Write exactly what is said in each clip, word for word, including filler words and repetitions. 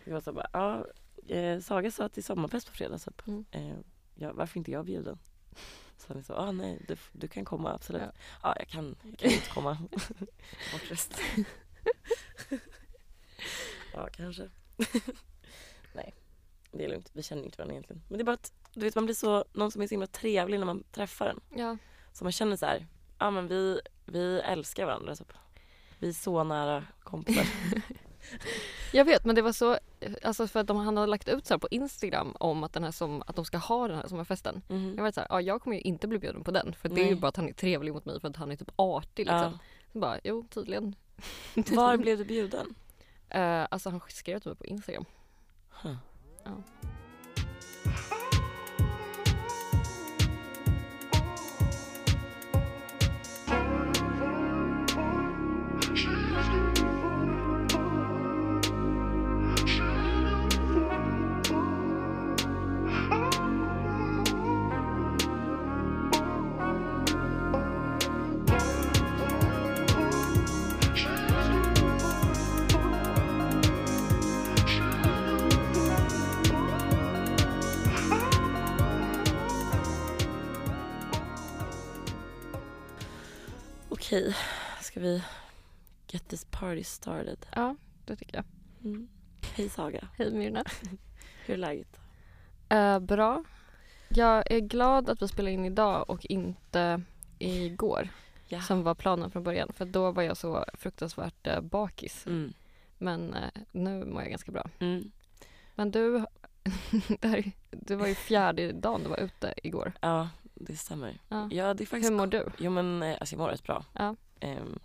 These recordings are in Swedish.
Jag var så bara, ja, eh, Saga sa att det är sommarfest på fredag. Så, Mm. eh, ja, varför inte jag bjuden? Så han sa, ah, nej, du, du kan komma, absolut. Ja, Ja. ah, jag, kan, jag kan inte komma. Bortrest. Ja, kanske. Nej, det är lugnt. Vi känner inte varandra egentligen. Men det är bara att, du vet, man blir så, någon som är så himla trevlig när man träffar den. Ja. Så man känner så här, ja ah, men vi, vi älskar varandra. Typ. Vi är så nära kompisar. Jag vet, men det var så, alltså för att de, han hade lagt ut så här på Instagram om att, den här som, att de ska ha den här sommarfesten. Mm. Jag var så här, ja, jag kommer ju inte bli bjuden på den, för det är Nej. ju bara att han är trevlig mot mig för att han är typ artig liksom. Ja. Så bara, jo, tydligen. Var blev du bjuden? Uh, alltså han skrev till mig på Instagram. Huh. Ja. Okej, ska vi get this party started? Ja, det tycker jag. Mm. Hej Saga. Hej Myrna. Hur är läget? Uh, bra. Jag är glad att vi spelar in idag och inte igår. Ja. Som var planen från början. För då var jag så fruktansvärt uh, bakis. Mm. Men uh, nu mår jag ganska bra. Mm. Men du, det, här, det var ju fjärde dagen du var ute igår. Ja, det stämmer. Ja. Ja, det är faktiskt... Hur mår du? Jo, men eh, alltså jag mår rätt bra. Ja. Um,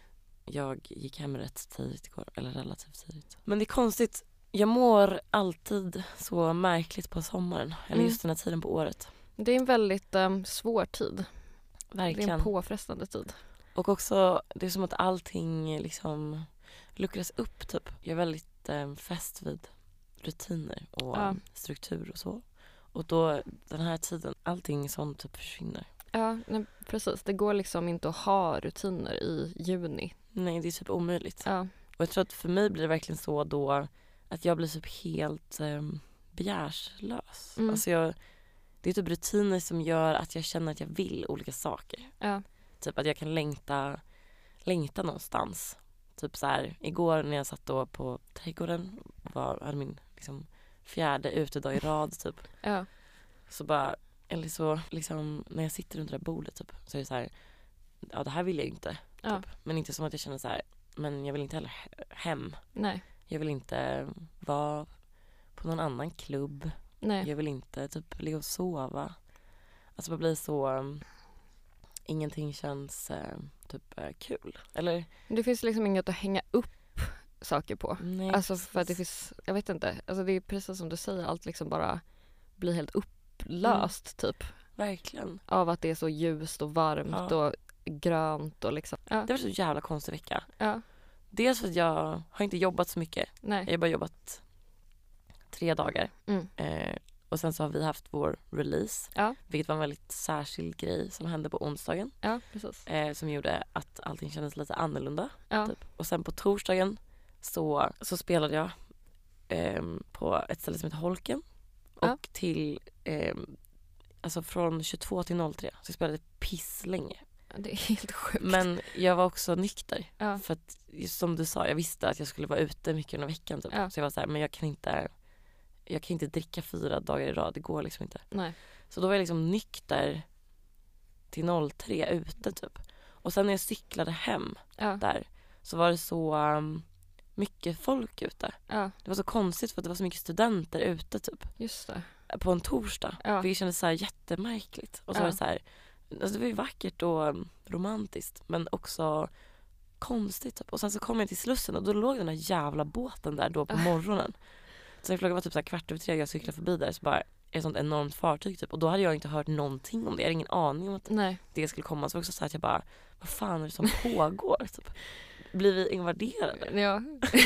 jag gick hem rätt tidigt igår, eller relativt tidigt. Men det är konstigt, jag mår alltid så märkligt på sommaren. Eller Mm. just den här tiden på året. Det är en väldigt um, svår tid. Verkligen. Det är en påfrestande tid. Och också, det är som att allting liksom luckras upp typ. Jag är väldigt eh, fäst vid rutiner och Ja. struktur och så. Och då, den här tiden, allting sånt typ försvinner. Ja, nej, precis. Det går liksom inte att ha rutiner i juni. Nej, det är typ omöjligt. Ja. Och jag tror att för mig blir det verkligen så då att jag blir typ helt eh, begärslös. Mm. Alltså jag, det är typ rutiner som gör att jag känner att jag vill olika saker. Ja. Typ att jag kan längta, längta någonstans. Typ så här, igår när jag satt då på trädgården och var, hade min liksom, fjärde utedag i rad typ. Ja. Så bara, eller så liksom när jag sitter under det där bordet typ, så är det så här, ja det här vill jag ju inte. Ja. Typ. Men inte som att jag känner så här, men jag vill inte heller he- hem. Nej. Jag vill inte vara på någon annan klubb. Nej. Jag vill inte typ ligga och sova. Alltså det blir så, um, ingenting känns uh, typ uh, kul. Eller? Det finns liksom inget att hänga upp saker på. Nej, Alltså precis. för att det finns, jag vet inte, alltså det är precis som du säger, allt liksom bara blir helt upplöst Mm. typ. Verkligen. Av att det är så ljust och varmt Ja. och grönt och liksom. Ja. Det var så jävla konstig vecka. Ja. Dels för att jag har inte jobbat så mycket. Jag Nej. har bara jobbat tre dagar. Mm. Eh, och sen så har vi haft vår release. Ja. Vilket var en väldigt särskild grej som hände på onsdagen. Ja, precis. Eh, som gjorde att allting kändes lite annorlunda. Ja. Typ. Och sen på torsdagen så, så spelade jag eh, på ett ställe som heter Holken. Och Ja. till, eh, alltså från tjugotvå till noll tre. Så jag spelade pisslänge. Det är helt sjukt. Men jag var också nykter. Ja. För att just som du sa, jag visste att jag skulle vara ute mycket under veckan. Typ. Ja. Så jag var så här, men jag kan inte jag kan inte dricka fyra dagar i rad. Det går liksom inte. Nej. Så då var jag liksom nykter till noll tre ute typ. Och sen när jag cyklade hem Ja. där så var det så um, mycket folk ute. Ja, Det var så konstigt för att det var så mycket studenter ute typ. just det. På en torsdag. Ja. Vilket kändes så här jättemärkligt. Och så Ja. var det så här, alltså det var ju vackert och um, romantiskt men också konstigt typ. Och sen så kom jag till Slussen och då låg den här jävla båten där då på Ah. morgonen. Så klockan var typ så här kvart över tre och jag cyklade förbi där så bara ett sånt enormt fartyg typ. Och då hade jag inte hört någonting om det. Jag hade ingen aning om att Nej. det skulle komma. Så var det också så här att jag bara, vad fan är det som pågår typ? Blir vi invaderade? Ja.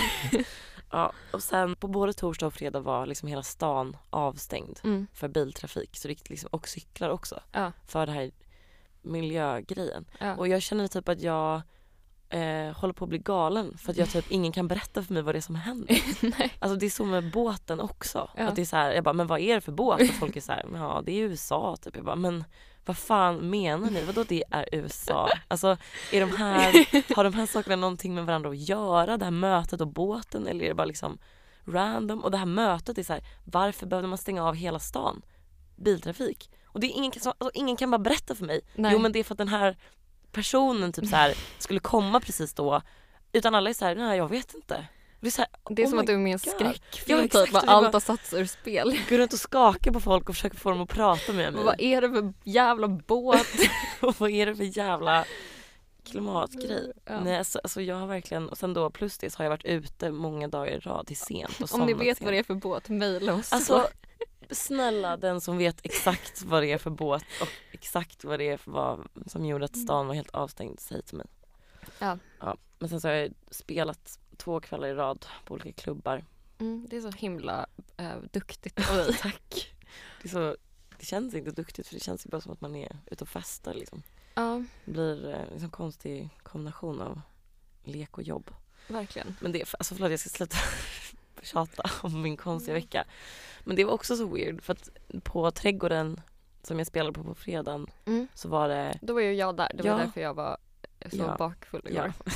Ja, och sen på både torsdag och fredag var liksom hela stan avstängd Mm. för biltrafik så det gick liksom, och cyklar också Ja. för det här miljögrejen. Ja. Och jag känner typ att jag eh, håller på att bli galen för att jag typ ingen kan berätta för mig vad det är som händer. Nej. Alltså det är så med båten också. Ja. Att det är så här, jag bara, men vad är det för båt? Och folk är så här, ja det är U S A typ. Jag bara, men vad fan menar ni? Vadå det är U S A? Alltså är de här, har de här sakerna någonting med varandra att göra? Det här mötet och båten, eller är det bara liksom random? Och det här mötet är så här, varför behövde man stänga av hela stan? Biltrafik. Och det är ingen, alltså, ingen kan bara berätta för mig. Nej. Jo men det är för att den här personen typ så här skulle komma precis då. Utan alla är så här, nej jag vet inte. Det är, så här, Det är oh som my att du är med i en God. skräckfilm Ja, typ, exakt. och Och jag allt bara- har satts ur spel. Går runt och skakar på folk och försöker få dem att prata med mig. Vad är det för jävla båt? Och vad är det för jävla klimatgrej? Ja. Nej, alltså, alltså jag har verkligen, och sen då plus det så har jag varit ute många dagar i rad till sent. Och Om ni somnat vet sent. vad det är för båt, mejla oss. Alltså snälla den som vet exakt vad det är för båt och exakt vad det är för vad som gjorde att stan var helt avstängd, säg till mig. Ja. Ja. Men sen så har jag spelat två kvällar i rad på olika klubbar. Mm, det är så himla eh, duktigt av dig. Tack. Det, är så, det känns inte duktigt för det känns ju bara som att man är ute och festar liksom. Ja, Det blir eh, liksom en konstig kombination av lek och jobb. verkligen. Men det är, alltså förlåt jag ska sluta tjata om min konstiga vecka. Men det var också så weird för att på trädgården som jag spelade på på fredagen Mm. så var det Då var ju jag där, det var Ja. därför jag var så Ja. bakfull igår. ja.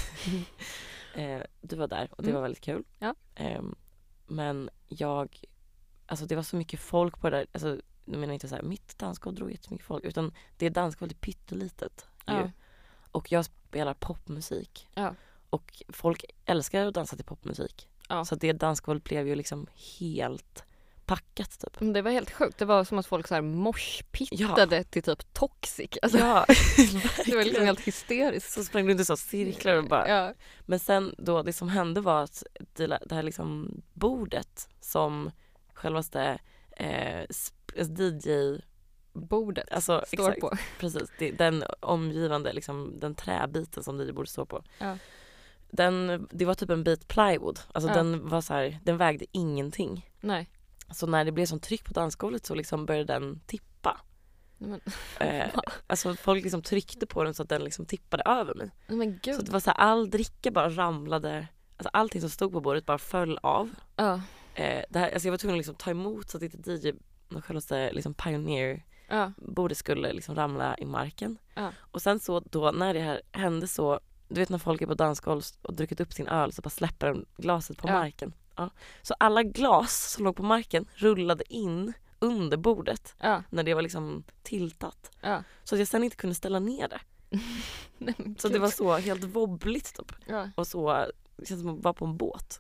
eh, du var där och det Mm. var väldigt kul. Ja. Eh, men jag, alltså det var så mycket folk på det där, alltså nu menar jag inte så här, mitt dansgolv drog jättemycket folk utan det dansgolvet är pyttelitet ju. Ja. Och jag spelar popmusik. Ja. Och folk älskar att dansa till popmusik. Ja. Så att det dansgolvet blev ju liksom helt packat typ. Men det var helt sjukt. Det var som att folk så här morspittade till typ Toxic. Alltså, Ja, det var liksom helt hysteriskt. Så sprang du inte så cirklar och bara. Ja. Men sen då det som hände var att det, det här liksom bordet som självaste eh, sp- D J Bordet alltså står exakt, på. precis, det, den omgivande liksom den träbiten som D J borde stå på. Ja. Den, det var typ en bit plywood. Alltså Ja. den var så här, den vägde ingenting. Nej. Så när det blev sån tryck på dansgolvet så liksom började den tippa. Nej, men, Eh, alltså folk liksom tryckte på den så att den liksom tippade över mig. nej, men Så gud. det var så här, all dricka bara ramlade. Alltså allting som stod på bordet bara föll av. Ja. Eh, det här, alltså jag var tvungen att liksom ta emot så att inte D J, den självaste liksom pioneer Ja. bordet skulle liksom ramla i marken. Ja. Och sen så då när det här hände så, du vet när folk är på dansgolv och druckit upp sin öl så bara släpper de glaset på Ja. marken. Ja. Så alla glas som låg på marken rullade in under bordet Ja. när det var liksom tiltat. Ja. Så att jag sen inte kunde ställa ner det. Nej, men Så gud. det var så helt wobbligt typ. Ja. Och så, det känns som att vara på en båt.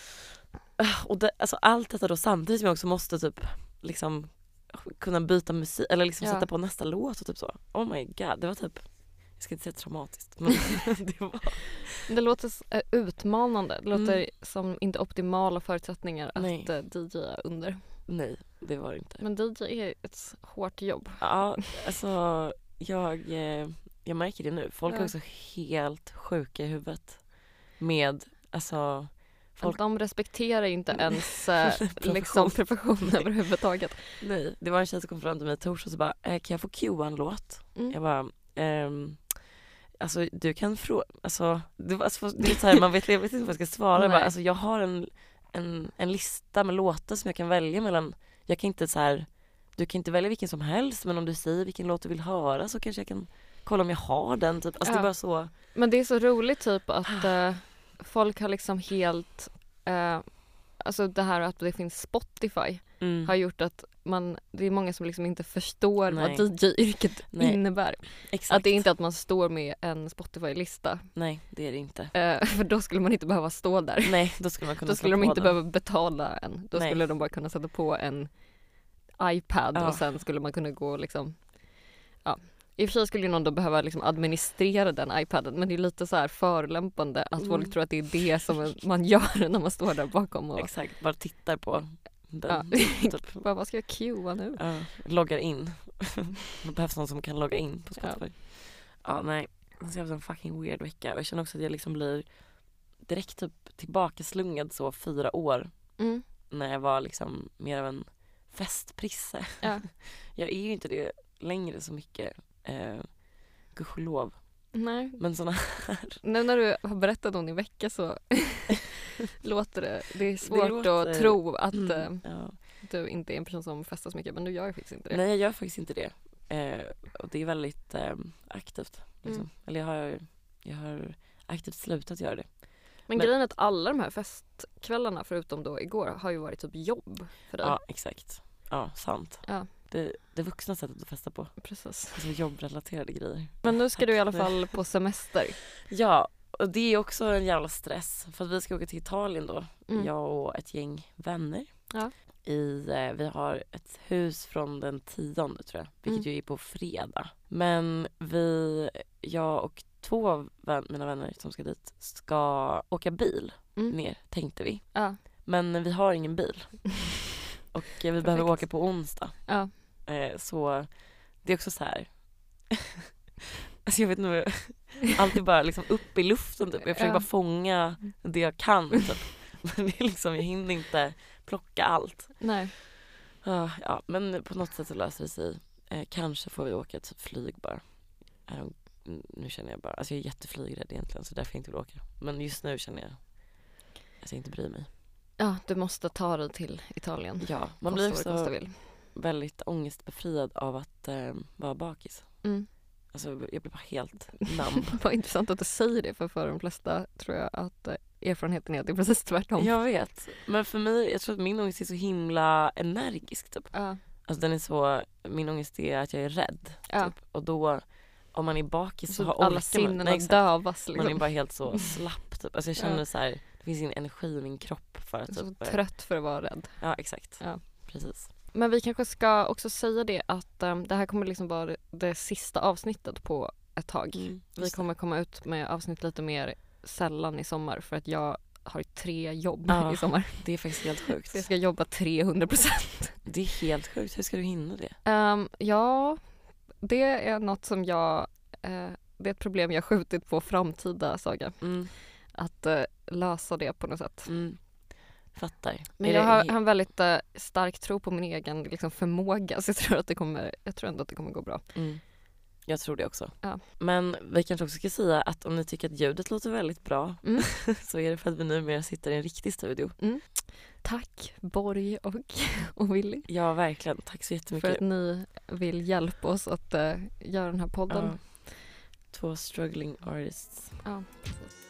Uh, Och det, alltså allt detta då samtidigt som jag också måste typ liksom kunna byta musik eller liksom Ja. sätta på nästa låt och typ så. Oh my god, det var typ, jag ska inte säga traumatiskt men det var. Det låter eh, utmanande. Det låter Mm. som inte optimala förutsättningar Nej. att eh, D J under. Nej, det var det inte. Men D J är ett hårt jobb. Ja, alltså jag, eh, jag märker det nu. Folk Ja. är också helt sjuka i huvudet med, alltså folk, De respekterar ju inte ens eh, Profession. liksom profession överhuvudtaget. nej, det var en tjej som kom fram till mig i torsdags och bara, eh, kan jag få cuea en låt? Mm. Jag bara, ehm, alltså du kan fråga, alltså det, var, alltså, det är lite så här, man vet, jag vet inte vad jag ska svara. Jag, bara, Nej. alltså, jag har en, en, en lista med låtar som jag kan välja mellan. Jag kan inte så här, du kan inte välja vilken som helst, men om du säger vilken låt du vill höra så kanske jag kan kolla om jag har den typ. Alltså Ja. det är bara så. Men det är så roligt typ att eh, folk har liksom helt, eh, alltså det här att det finns Spotify Mm. har gjort att man, det är många som liksom inte förstår Nej. vad D J-yrket Nej. innebär. Exakt. Att det är inte att man står med en Spotify-lista. Nej, det är det inte. Eh, för då skulle man inte behöva stå där. Nej, då skulle man kunna Då skulle slå de på inte den. behöva betala en. Då Nej. skulle de bara kunna sätta på en iPad Ja. och sen skulle man kunna gå liksom, ja. I och för sig skulle ju någon då behöva liksom administrera den iPaden, men det är lite så här förolämpande att Mm. folk tror att det är det som man gör när man står där bakom och Exakt, bara tittar på den. Ja. Typ. bara, vad ska jag cuea nu? Ja, loggar in. Det behövs någon som kan logga in på Spotify. Ja, nej. Så jag har haft en fucking weird vecka. Och jag känner också att jag liksom blir direkt typ tillbaka slungad så fyra år Mm. när jag var liksom mer av en festprisse. Ja. Jag är ju inte det längre så mycket. Eh, gudskelov. Nej. Men såna här... Nu när du har berättat om din vecka så låter det... Det är svårt Det låter... att tro att Mm, eh, ja. du inte är en person som festar så mycket. Men du gör ju faktiskt inte det. Nej, jag gör faktiskt inte det. Eh, och det är väldigt eh, aktivt. Liksom. Mm. Eller jag har, jag har aktivt slutat göra det. Men, Men- grejen är att alla de här festkvällarna förutom då igår har ju varit typ jobb för dig. Ja, exakt. Ja, sant. Ja. Det, det vuxna sättet att festa på. Precis. Alltså jobbrelaterade grejer. Men nu ska Tack. du i alla fall på semester. Ja, och det är också en jävla stress. För att vi ska åka till Italien då. Mm. Jag och ett gäng vänner. Ja. I, eh, vi har ett hus från den tionde tror jag. Vilket Mm. ju är på fredag. Men vi, jag och två av vän, mina vänner som ska dit ska åka bil Mm. ner, tänkte vi. Ja. Men vi har ingen bil. Och eh, vi behöver åka på onsdag. Ja. Eh, så det är också så här. Alltså jag vet inte, alltid bara liksom upp i luften typ. Jag försöker Ja. bara fånga det jag kan typ. Men det är liksom, jag hinner inte plocka allt. Nej. Ah, ja, men på något sätt så löser det sig. Eh, kanske får vi åka typ flyg bara. I don't, nu känner jag bara, alltså jag är jätteflygrädd egentligen så därför jag inte vill åka. Men just nu känner jag att jag inte bryr mig. Ja, du måste ta dig till Italien. Ja, man Kosta blir vad det kosta också vill. väldigt ångestbefriad av att eh, vara bakis. Mm. Alltså jag blir bara helt lamm. Vad intressant att du säger det, för för de flesta tror jag att eh, erfarenheten är att det är precis tvärtom. Jag vet. Men för mig, jag tror att min ångest är så himla energisk typ. Ja. Alltså den är så, min ångest är att jag är rädd. Ja. Typ. Och då, om man är bakis så, Så har alla orkar man- sinnena Nej, exakt. dövas Man är liksom. bara helt så slapp typ. Alltså jag känner Ja. så här, det finns ingen energi i min kropp för att Så typ, eh, trött för att vara rädd. ja exakt. Ja. Precis. Men vi kanske ska också säga det att um, det här kommer liksom vara det, det sista avsnittet på ett tag. Mm, Vi just det. kommer komma ut med avsnitt lite mer sällan i sommar för att jag har tre jobb Ja. i sommar. Det är faktiskt helt sjukt. Så jag ska jobba trehundra procent. Det är helt sjukt. Hur ska du hinna det? Um, ja, det är något som jag... Uh, det är ett problem jag skjutit på framtida, Saga. Mm, Att uh, lösa det på något sätt. mm. Fattar. Men Är jag det har, he- har en väldigt uh, stark tro på min egen liksom, förmåga. Så jag tror, att det kommer, jag tror ändå att det kommer gå bra. Mm. Jag tror det också. Ja. Men vi kanske också ska säga att om ni tycker att ljudet låter väldigt bra Mm. så är det för att vi numera sitter i en riktig studio. Tack Borg och, och Willy. Ja, verkligen. Tack så För jättemycket. att ni vill hjälpa oss att uh, göra den här podden. Ja. Två struggling artists. Ja, precis.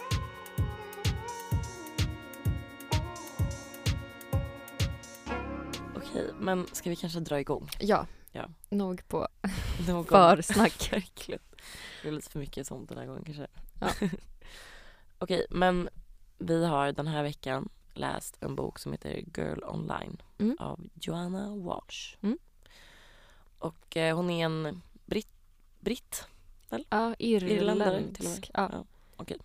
Okej, men ska vi kanske dra igång? Ja, Ja. nog på Någon försnack. Verkligen. Det är lite för mycket sånt den här gången kanske. Ja. Okej, men vi har den här veckan läst en bok som heter Girl Online Mm. av Joanna Walsh. Mm. Och eh, hon är en britt, britt Ja, irländare till och irländsk. med. Ja. Ja, okej.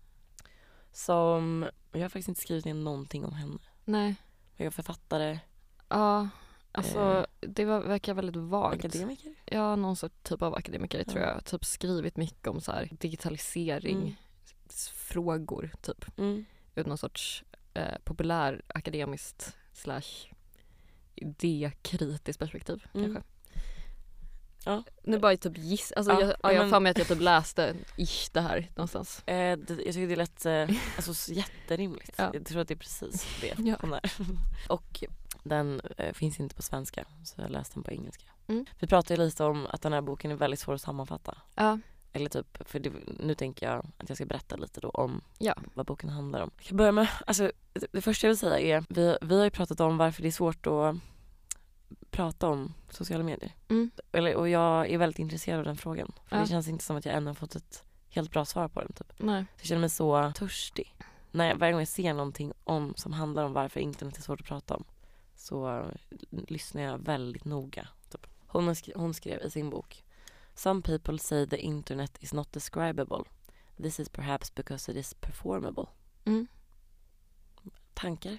Som, jag har faktiskt inte skrivit ner någonting om henne. Nej. Jag är författare, Ja, alltså Eh. det var, verkar väldigt vagt. akademiker. Ja, någon sorts typ av akademiker Ja. tror jag. Typ skrivit mycket om så här digitalisering, Mm. s- frågor typ. Mm. Ur någon sorts eh, populär akademiskt slash idékritiskt perspektiv Mm. kanske. Ja. Nu bara typ giss, alltså Ja, jag, ja, jag har men- för mig att jag typ läste ish det här någonstans. Eh, det, jag tycker det är lätt, eh, alltså så jätterimligt. Ja. Jag tror att det är precis det Ja. hon är. Och den eh, finns inte på svenska så jag läste den på engelska. Mm. Vi pratade ju lite om att den här boken är väldigt svår att sammanfatta. Ja, Eller typ, för det, nu tänker jag att jag ska berätta lite då om Ja. vad boken handlar om. Jag kan börja med, alltså det, det första jag vill säga är, vi, vi har ju pratat om varför det är svårt att prata om sociala medier. Mm. Eller, och jag är väldigt intresserad av den frågan. För Ja. det känns inte som att jag ännu har fått ett helt bra svar på den typ. nej. Så jag känner mig så törstig. När jag, varje gång jag ser någonting om, som handlar om varför internet är svårt att prata om så uh, lyssnar jag väldigt noga. Typ. Hon, har skri- hon skrev i sin bok: Some people say the internet is not describable. This is perhaps because it is performable. Mm. Tankar?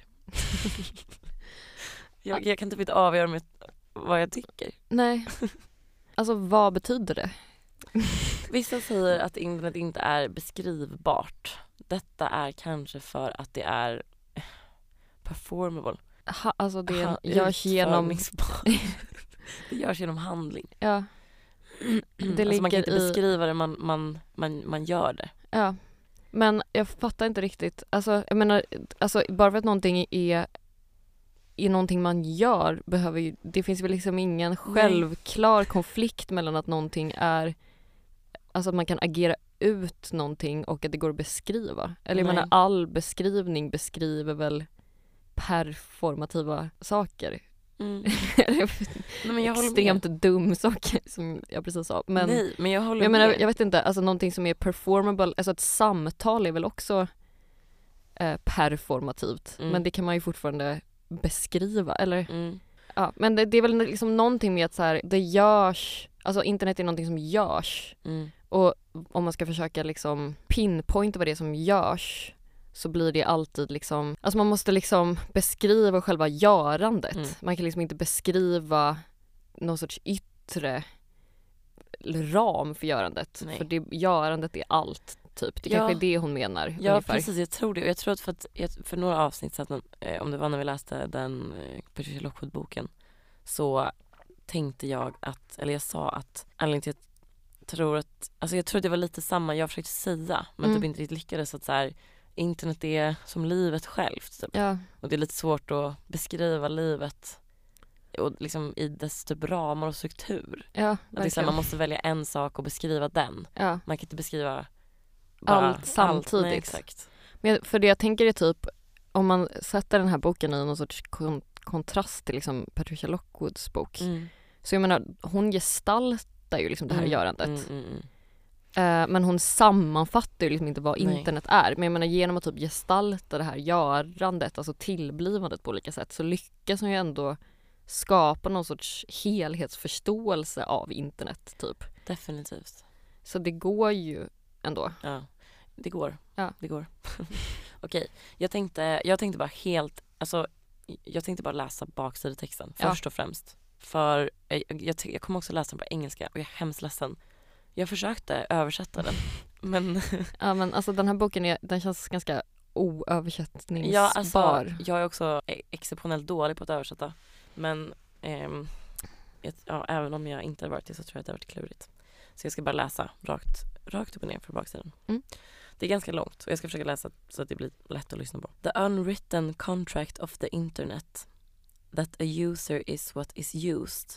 jag, jag kan typ inte avgöra med vad jag tycker. Nej. Alltså vad betyder det? Vissa säger att internet inte är beskrivbart. Detta är kanske för att det är performable. Ha, alltså det Ha- görs genom... utförningsbart. Det görs genom handling. Ja. det alltså man kan inte ligger i- beskriva det, man, man, man, man gör det. Ja, men jag fattar inte riktigt. Alltså, jag menar, alltså, bara för att någonting är, är någonting man gör behöver ju, det finns väl liksom ingen självklar konflikt mellan att någonting är, alltså att man kan agera ut någonting och att det går att beskriva. Eller jag Nej. menar, all beskrivning beskriver väl performativa saker. Mm. Nej, men jag håller extremt med. dum sak som jag precis sa. Men Nej, men jag håller jag menar, med. jag vet inte, alltså någonting som är performable, alltså ett samtal är väl också eh, performativt, Mm. men det kan man ju fortfarande beskriva, eller? Mm. Ja, men det, det är väl liksom någonting med att så här, det görs, alltså internet är någonting som görs, Mm. och om man ska försöka liksom pinpointa vad det är som görs, så blir det alltid liksom, alltså man måste liksom beskriva själva görandet. Mm. Man kan liksom inte beskriva någon sorts yttre ram för görandet. Nej. För det, görandet är allt, typ. Det Ja. kanske är det hon menar. Ja, ungefär. precis. Jag tror det. Och jag tror att för, att, jag- för några avsnitt sedan, eh, om det var när vi läste den eh, Patricia Lockwood-boken, så tänkte jag att, eller jag sa att anledningen till att jag tror att, alltså jag tror att det var lite samma jag försökte säga, men Mm. typ inte riktigt lyckades, att så här, internet är som livet självt typ. Ja, Och det är lite svårt att beskriva livet och liksom i dess typ ramar och struktur. ja, Att det är så här, verkligen. man måste välja en sak och beskriva den. Ja. Man kan inte beskriva Allt samtidigt. Nej, exakt. Men för det jag tänker är typ, om man sätter den här boken i någon sorts kon- kontrast till liksom Patricia Lockwoods bok. Mm. Så jag menar, hon gestaltar ju liksom det här Mm, görandet. mm, mm, mm. Eh, men hon sammanfattar ju liksom inte vad Nej. internet är. Men jag menar, genom att typ gestalta det här görandet, alltså tillblivandet på olika sätt, så lyckas hon ju ändå skapa någon sorts helhetsförståelse av internet typ. Definitivt. Så det går ju ändå. Ja, det går. Ja. Det går. Okej, jag tänkte, jag tänkte bara helt, alltså jag tänkte bara läsa baksidetexten Ja. först och främst. För jag, jag, jag kommer också läsa den på engelska och jag är hemskt ledsen. Jag försökte översätta den, men Ja, men alltså den här boken är, den känns ganska oöversättningsbar. ja, alltså, jag är också e- exceptionellt dålig på att översätta. Men ehm, ett, ja, även om jag inte har varit det så tror jag att det har varit klurigt. Så jag ska bara läsa rakt, rakt upp och ner för baksidan. Mm. Det är ganska långt och jag ska försöka läsa så att det blir lätt att lyssna på. The unwritten contract of the internet, that a user is what is used,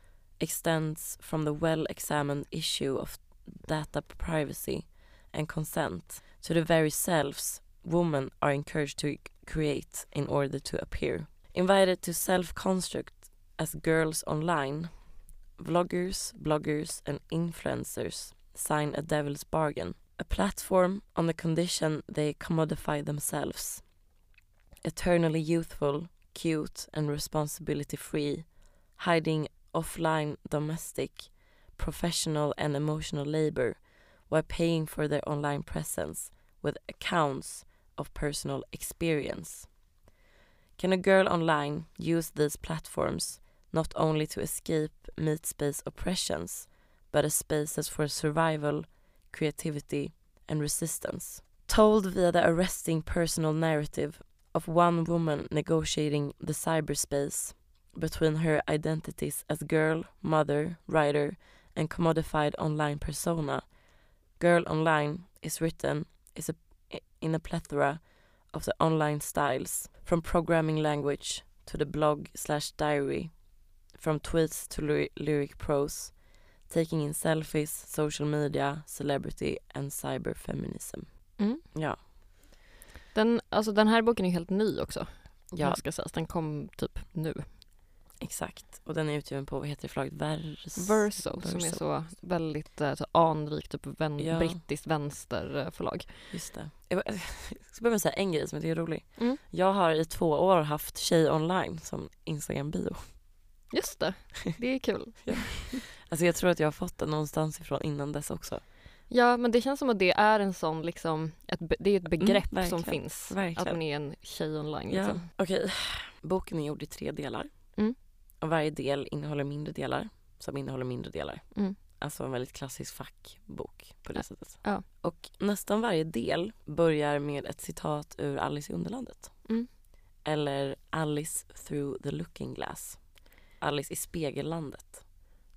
extends from the well-examined issue of data privacy and consent to the very selves women are encouraged to create in order to appear. Invited to self-construct as girls online, vloggers, bloggers and influencers sign a devil's bargain. A platform on the condition they commodify themselves. Eternally youthful, cute and responsibility free, hiding offline domestic, professional and emotional labor while paying for their online presence with accounts of personal experience. Can a girl online use these platforms not only to escape meat space oppressions, but as spaces for survival, creativity and resistance? Told via the arresting personal narrative of one woman negotiating the cyberspace between her identities as girl, mother, writer and commodified online persona, Girl Online is written is a, in a plethora of the online styles, from programming language to the blog slash diary, from tweets to ly- lyric prose, taking in selfies, social media, celebrity and cyberfeminism. Mm. Ja. Den, alltså den här boken är helt ny också. Ja, Jag ska säga. Den kom typ nu. exakt. Och den är utgiven på, vad heter det, förlaget? Vers... Verso, som är så väldigt eh, så anrikt, typ vän, Ja. brittiskt vänsterförlag. Just det. Jag bara- jag ska börja med att säga en grej som jag tycker är rolig. Mm. Jag har i två år haft Tjej online som Instagram-bio. Just det, det är kul. Alltså jag tror att jag har fått den någonstans ifrån innan dess också. Ja, men det känns som att det är en sån liksom, ett, be- det är ett begrepp Mm, som verkligen, finns. verkligen. Att man är en tjej online. Ja. Liksom. Okej, boken är gjord i tre delar. Mm. Och varje del innehåller mindre delar som innehåller mindre delar. Mm. Alltså en väldigt klassisk fackbok på det Ja. sättet. Ja. Och nästan varje del börjar med ett citat ur Alice i Underlandet. Mm. Eller Alice through the looking glass. Alice i spegellandet.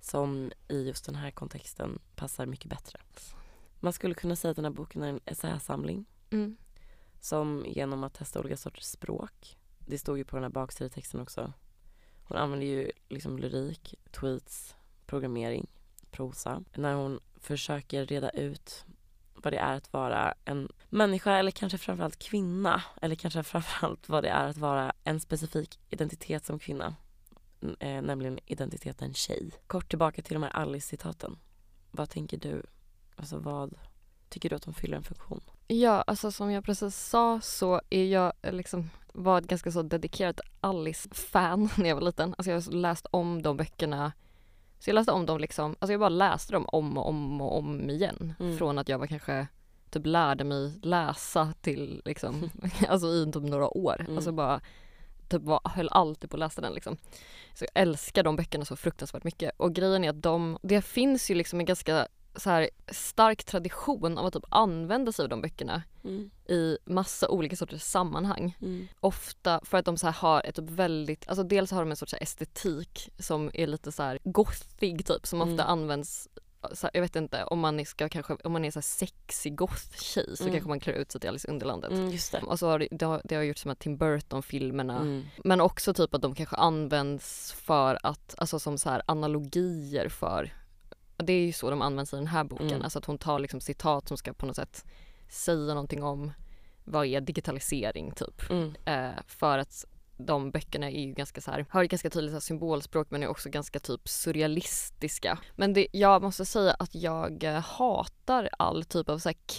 som i just den här kontexten passar mycket bättre. Man skulle kunna säga att den här boken är en essäsamling Mm. som genom att testa olika sorters språk. Det står ju på den här baksidetexten också. Hon använder ju liksom lyrik, tweets, programmering, prosa. När hon försöker reda ut vad det är att vara en människa eller kanske framförallt kvinna. Eller kanske framförallt vad det är att vara en specifik identitet som kvinna. Eh, nämligen identiteten tjej. Kort tillbaka till de här Alice-citaten. Vad tänker du? Alltså vad tycker du att de fyller en funktion? Ja, alltså som jag precis sa så är jag liksom var ett ganska så dedikerat Alice-fan när jag var liten. Alltså jag har läst om de böckerna. Så jag läste om dem liksom, alltså jag bara läste dem om och om och om igen. Mm. Från att jag var kanske typ lärde mig läsa till liksom, alltså i typ några år. Mm. Alltså bara typ var, höll alltid på att läsa den liksom. Så jag älskar de böckerna så fruktansvärt mycket. Och grejen är att de, det finns ju liksom en ganska så här stark tradition av att typ använda sig av de böckerna Mm. i massa olika sorters sammanhang. Mm. Ofta för att de så här har ett typ väldigt, alltså dels har de en sorts så här estetik som är lite så här gothig typ, som ofta Mm. används så här, jag vet inte, om man är, ska, kanske, om man är så här sexig goth-tjej så Mm. kanske man klär ut sig till Alice i Underlandet. Mm, just det. Och så har det, det, har, det har gjorts med Tim Burton-filmerna. Mm. Men också typ att de kanske används för att, alltså som så här analogier för, det är ju så de används i den här boken. Mm. Alltså att hon tar liksom citat som ska på något sätt säga någonting om vad är digitalisering typ. Mm. Eh, för att de böckerna är ju ganska så här, har ett ganska tydligt så här symbolspråk men är också ganska typ surrealistiska. Men det, jag måste säga att jag eh, hatar all typ av så här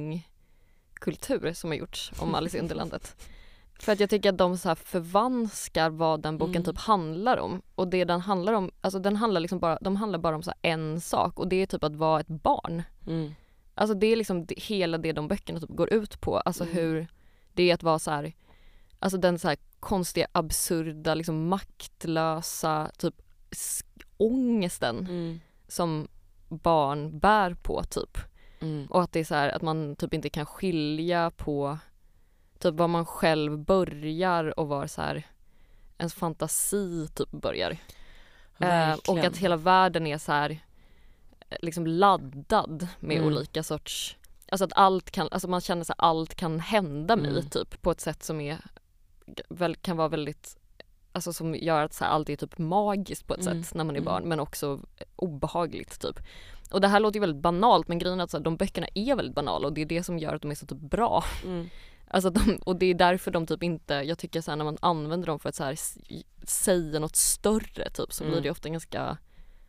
kringkultur som har gjorts om Alice i Underlandet. För att jag tycker att de så här förvanskar vad den boken Mm. typ handlar om. Och det den handlar om, alltså den handlar liksom bara, de handlar bara om så här en sak och det är typ att vara ett barn. Mm. Alltså det är liksom det, hela det de böckerna typ går ut på. Alltså Mm. hur det är att vara så här, alltså den så här konstiga, absurda, liksom maktlösa typ sk- ångesten Mm. som barn bär på typ. Mm. Och att det är så här att man typ inte kan skilja på typ var man själv börjar och var så här ens fantasi typ börjar. Eh, Verkligen. och att hela världen är så här liksom laddad med Mm. olika sorts, alltså att allt kan, alltså man känner så här, allt kan hända mig Mm. typ på ett sätt som är väl, kan vara väldigt, alltså som gör att så här, allt är typ magiskt på ett Mm. sätt när man är Mm. barn men också obehagligt typ. Och det här låter ju väldigt banalt men grejen är att så här, de böckerna är väldigt banala och det är det som gör att de är så typ bra. Mm. Alltså de, och det är därför de typ inte, jag tycker så här, när man använder dem för att så här, s- säga något större typ så Mm. blir det ofta ganska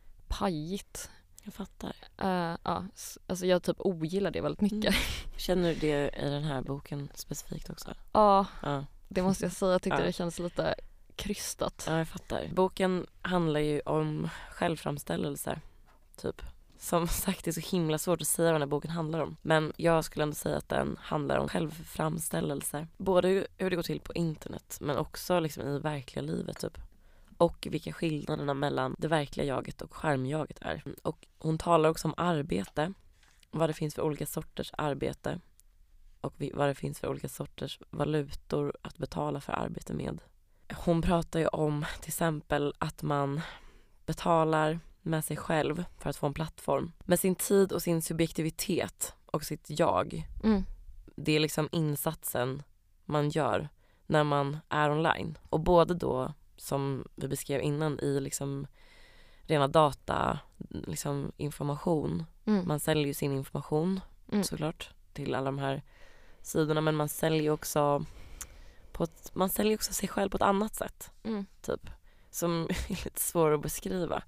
pajigt. Jag fattar. Uh, ja, s- alltså jag typ ogillar det väldigt mycket. Mm. Känner du det i den här boken specifikt också? Ja, Ja, det måste jag säga. Jag tyckte Ja. det känns lite krystat. ja jag fattar. Boken handlar ju om självframställelse, typ. Som sagt, det är så himla svårt att säga vad den här boken handlar om. Men jag skulle ändå säga att den handlar om självframställelse. Både hur- hur det går till på internet, men också liksom i verkliga livet, typ. Och vilka skillnaderna mellan det verkliga jaget och skärmjaget är. Och hon talar också om arbete. Vad det finns för olika sorters arbete. Och vi- vad det finns för olika sorters valutor att betala för arbete med. Hon pratar ju om till exempel att man betalar med sig själv för att få en plattform. Med sin tid och sin subjektivitet och sitt jag. Mm. Det är liksom insatsen man gör när man är online. Och både då, som vi beskrev innan, i liksom rena data, liksom information. Mm. Man säljer ju sin information Mm. såklart till alla de här sidorna, men man säljer också på ett, man säljer också sig själv på ett annat sätt, Mm. typ, som är lite svår att beskriva.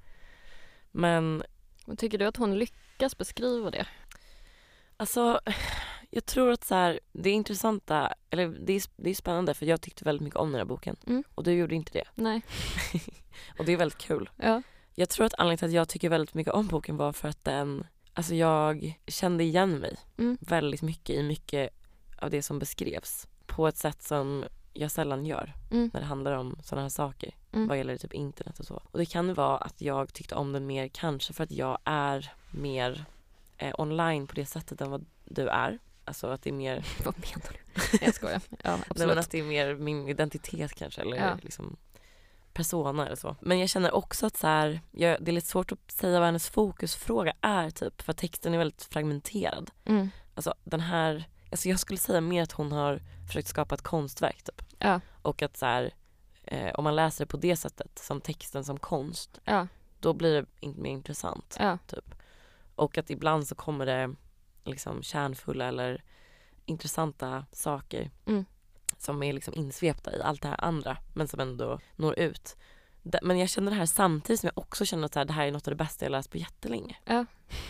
Men Men tycker du att hon lyckas beskriva det? alltså, jag tror att så här, det är intressanta, eller det är, det är spännande, för jag tyckte väldigt mycket om den här boken. Mm. Och du gjorde inte det. Nej. Och det är väldigt kul. Ja. Jag tror att anledningen till att jag tycker väldigt mycket om boken var för att den, alltså jag kände igen mig Mm. väldigt mycket i mycket av det som beskrevs. På ett sätt som jag sällan gör Mm. när det handlar om sådana här saker. Mm. Vad gäller typ internet och så. Och det kan ju vara att jag tyckte om den mer, kanske för att jag är mer eh, online på det sättet än vad du är. Alltså att det är mer, Vad menar du? Jag skojar. Ja, nej, absolut. men att det är mer min identitet kanske, eller Ja. liksom persona eller så. Men jag känner också att så här, jag, det är lite svårt att säga vad hennes fokusfråga är typ, för texten är väldigt fragmenterad. Mm. Alltså den här, alltså jag skulle säga mer att hon har försökt skapa ett konstverk typ. Ja. Och att så här, eh, om man läser det på det sättet, som texten som konst, Ja. då blir det inte mer intressant. Ja. Typ. Och att ibland så kommer det liksom kärnfulla eller intressanta saker Mm. som är liksom insvepta i allt det här andra, men som ändå når ut. D- men jag känner det här samtidigt som jag också känner att så här, det här är något av det bästa jag läst på jättelänge. Ja.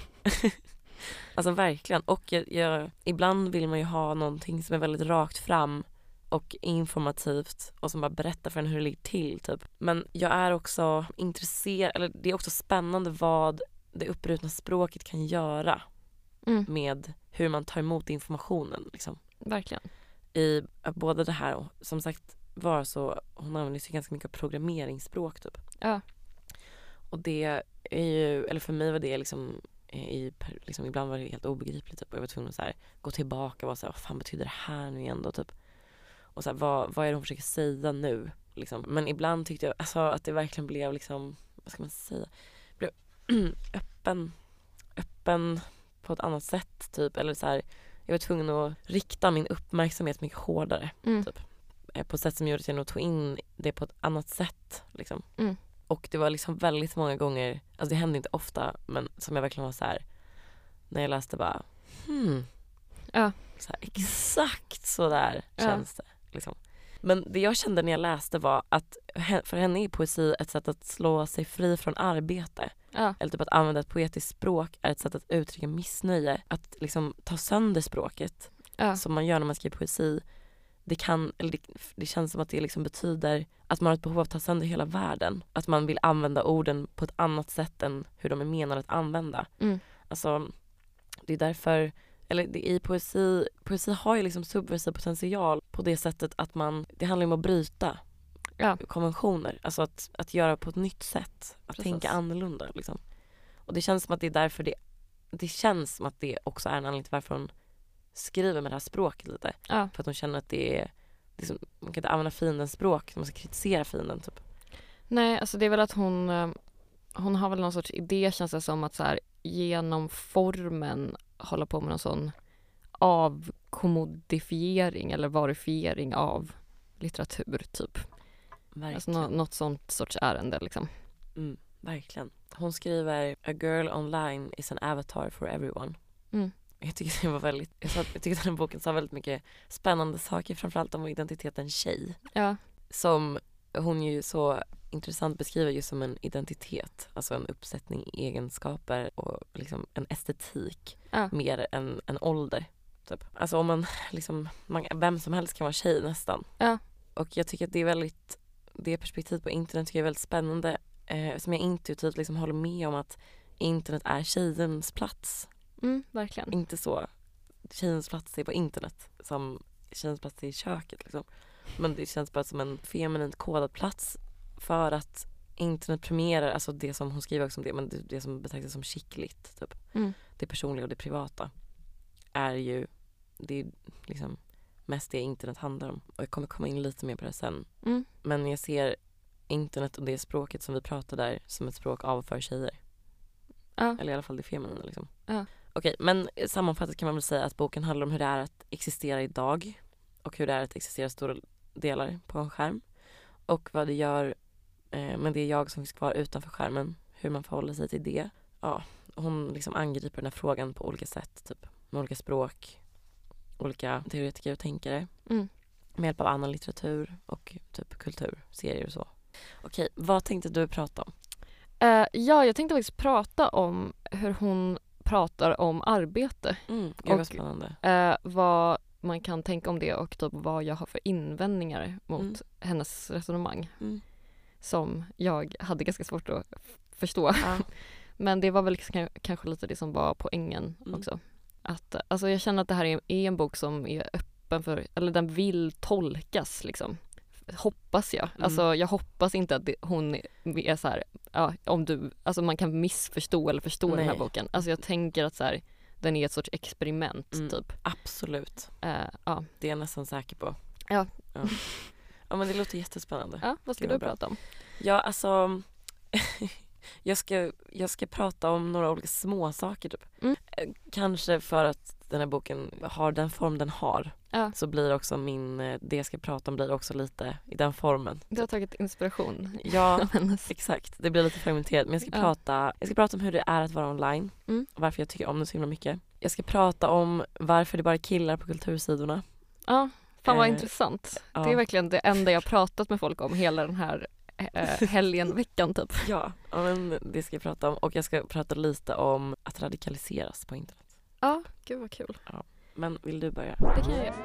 Alltså verkligen. Och jag, jag, ibland vill man ju ha någonting som är väldigt rakt fram och informativt och som bara berättar för en hur det ligger till typ. Men jag är också intresserad, eller det är också spännande vad det uppbrutna språket kan göra Mm. med hur man tar emot informationen liksom. Verkligen. I både det här och som sagt var så hon använder sig ganska mycket av programmeringsspråk typ. Ja. Och det är ju, eller för mig var det liksom, i, liksom ibland var det helt obegripligt typ. Och jag var tvungen att så här, gå tillbaka och vara så här, vad fan betyder det här nu igen då typ. Och så här, vad, vad är det hon försöker säga nu liksom. Men ibland tyckte jag alltså, att det verkligen blev liksom, vad ska man säga, blev öppen öppen på ett annat sätt typ, eller så här, jag var tvungen att rikta min uppmärksamhet mycket hårdare Mm. typ, på ett sätt som gjorde att jag nog tog in det på ett annat sätt liksom. Mm. Och det var liksom väldigt många gånger, alltså det hände inte ofta, men som jag verkligen var så här, när jag läste bara hmm, Ja. så här, exakt så där Ja. känns det liksom. Men det jag kände när jag läste var att för henne är poesi ett sätt att slå sig fri från arbete. Ja. Eller typ att använda ett poetiskt språk är ett sätt att uttrycka missnöje. Att liksom ta sönder språket Ja. som man gör när man skriver poesi. Det, kan, eller det, det känns som att det liksom betyder att man har ett behov av att ta sönder hela världen. Att man vill använda orden på ett annat sätt än hur de är menade att använda. Mm. Alltså, det är därför, eller det, i poesi, poesi har ju liksom subversiv potential på det sättet att man, det handlar om att bryta Ja. konventioner. Alltså att, att göra på ett nytt sätt. Att Precis. tänka annorlunda liksom. Och det känns som att det är därför det, det känns som att det också är en anledning till varför hon skriver med det här språket lite. Ja. För att hon känner att det är, det är som, man kan inte använda fiendens språk, man ska kritisera fienden typ. Nej, alltså det är väl att hon eh, hon har väl någon sorts idé, känns det som, att så här, genom formen hålla på med någon sån avkommodifiering eller varifiering av litteratur typ. Verkligen. Alltså nå- något sånt sorts ärende liksom. Mm, verkligen. Hon skriver A girl online is an avatar for everyone. Mm. Jag tycker det var väldigt, jag, sa, jag tycker att den här boken sa väldigt mycket spännande saker, framförallt om identiteten tjej. Ja. Som hon ju så intressant beskriver just som en identitet, alltså en uppsättning egenskaper och liksom en estetik Ja. mer än en ålder typ. Alltså om man liksom, man, vem som helst kan vara tjej nästan. Ja. Och jag tycker att det är väldigt, det perspektivet på internet tycker jag är väldigt spännande, eh, som jag intuitivt liksom håller med om att internet är tjejens plats. Mm, verkligen. Inte så tjejens plats är på internet som tjejens plats är i köket liksom. Men det känns bara som en feminint kodad plats för att internet premierar, alltså det som hon skriver också om det, men det, det som betraktas som skickligt typ. Mm. Det personliga och det privata är ju, det är liksom mest det internet handlar om. Och jag kommer komma in lite mer på det sen. Mm. Men jag ser internet och det språket som vi pratar där som ett språk av för tjejer. Ja. Eller i alla fall det feminina liksom. Ja. Okej, men sammanfattat kan man väl säga att boken handlar om hur det är att existera idag och hur det är att existera stora delar på en skärm och vad det gör eh, med det jag som finns kvar utanför skärmen, hur man förhåller sig till det. Ja, hon liksom angriper den här frågan på olika sätt, typ med olika språk, olika teoretiker och tänkare, Mm. med hjälp av annan litteratur och typ kultur, serier och så. Okej, vad tänkte du prata om? Eh, ja, jag tänkte faktiskt prata om hur hon pratar om arbete. Mm, gud Och- vad spännande. Eh, vad man kan tänka om det och typ vad jag har för invändningar mot Mm. hennes resonemang. Mm. Som jag hade ganska svårt att f- förstå. Ja. Men det var väl k- kanske lite det som var poängen Mm. också. Att, eh, alltså jag känner att det här är, är en bok som är öppen för, eller den vill tolkas liksom. Hoppas jag. Mm. Alltså jag hoppas inte att det, hon är så här, ja, om du, alltså man kan missförstå eller förstå den här Nej. boken. Alltså jag tänker att så här, den är ett sorts experiment Mm. typ. Absolut. Eh, ja. Det är jag nästan säker på. Ja. Ja, ja men det låter jättespännande. ja, vad ska Gud, du vad bra. prata om? Ja, alltså jag, ska, jag ska prata om några olika små saker typ. Mm. Kanske för att den här boken har den form den har. Ja. Så blir också min, det jag ska prata om blir också lite i den formen. Du har tagit inspiration. Ja, exakt. Det blir lite fragmenterat. Men jag ska, Ja. prata, jag ska prata om hur det är att vara online. Mm. Och varför jag tycker om det så himla mycket. Jag ska prata om varför det bara är killar på kultursidorna. Ja, fan vad Eh, intressant. ja. Det är verkligen det enda jag pratat med folk om hela den här eh, helgen, veckan typ. Ja, ja, men det ska jag prata om. Och jag ska prata lite om att radikaliseras på internet. Ja, gud vad kul. Men vill du börja? Det kan jag göra.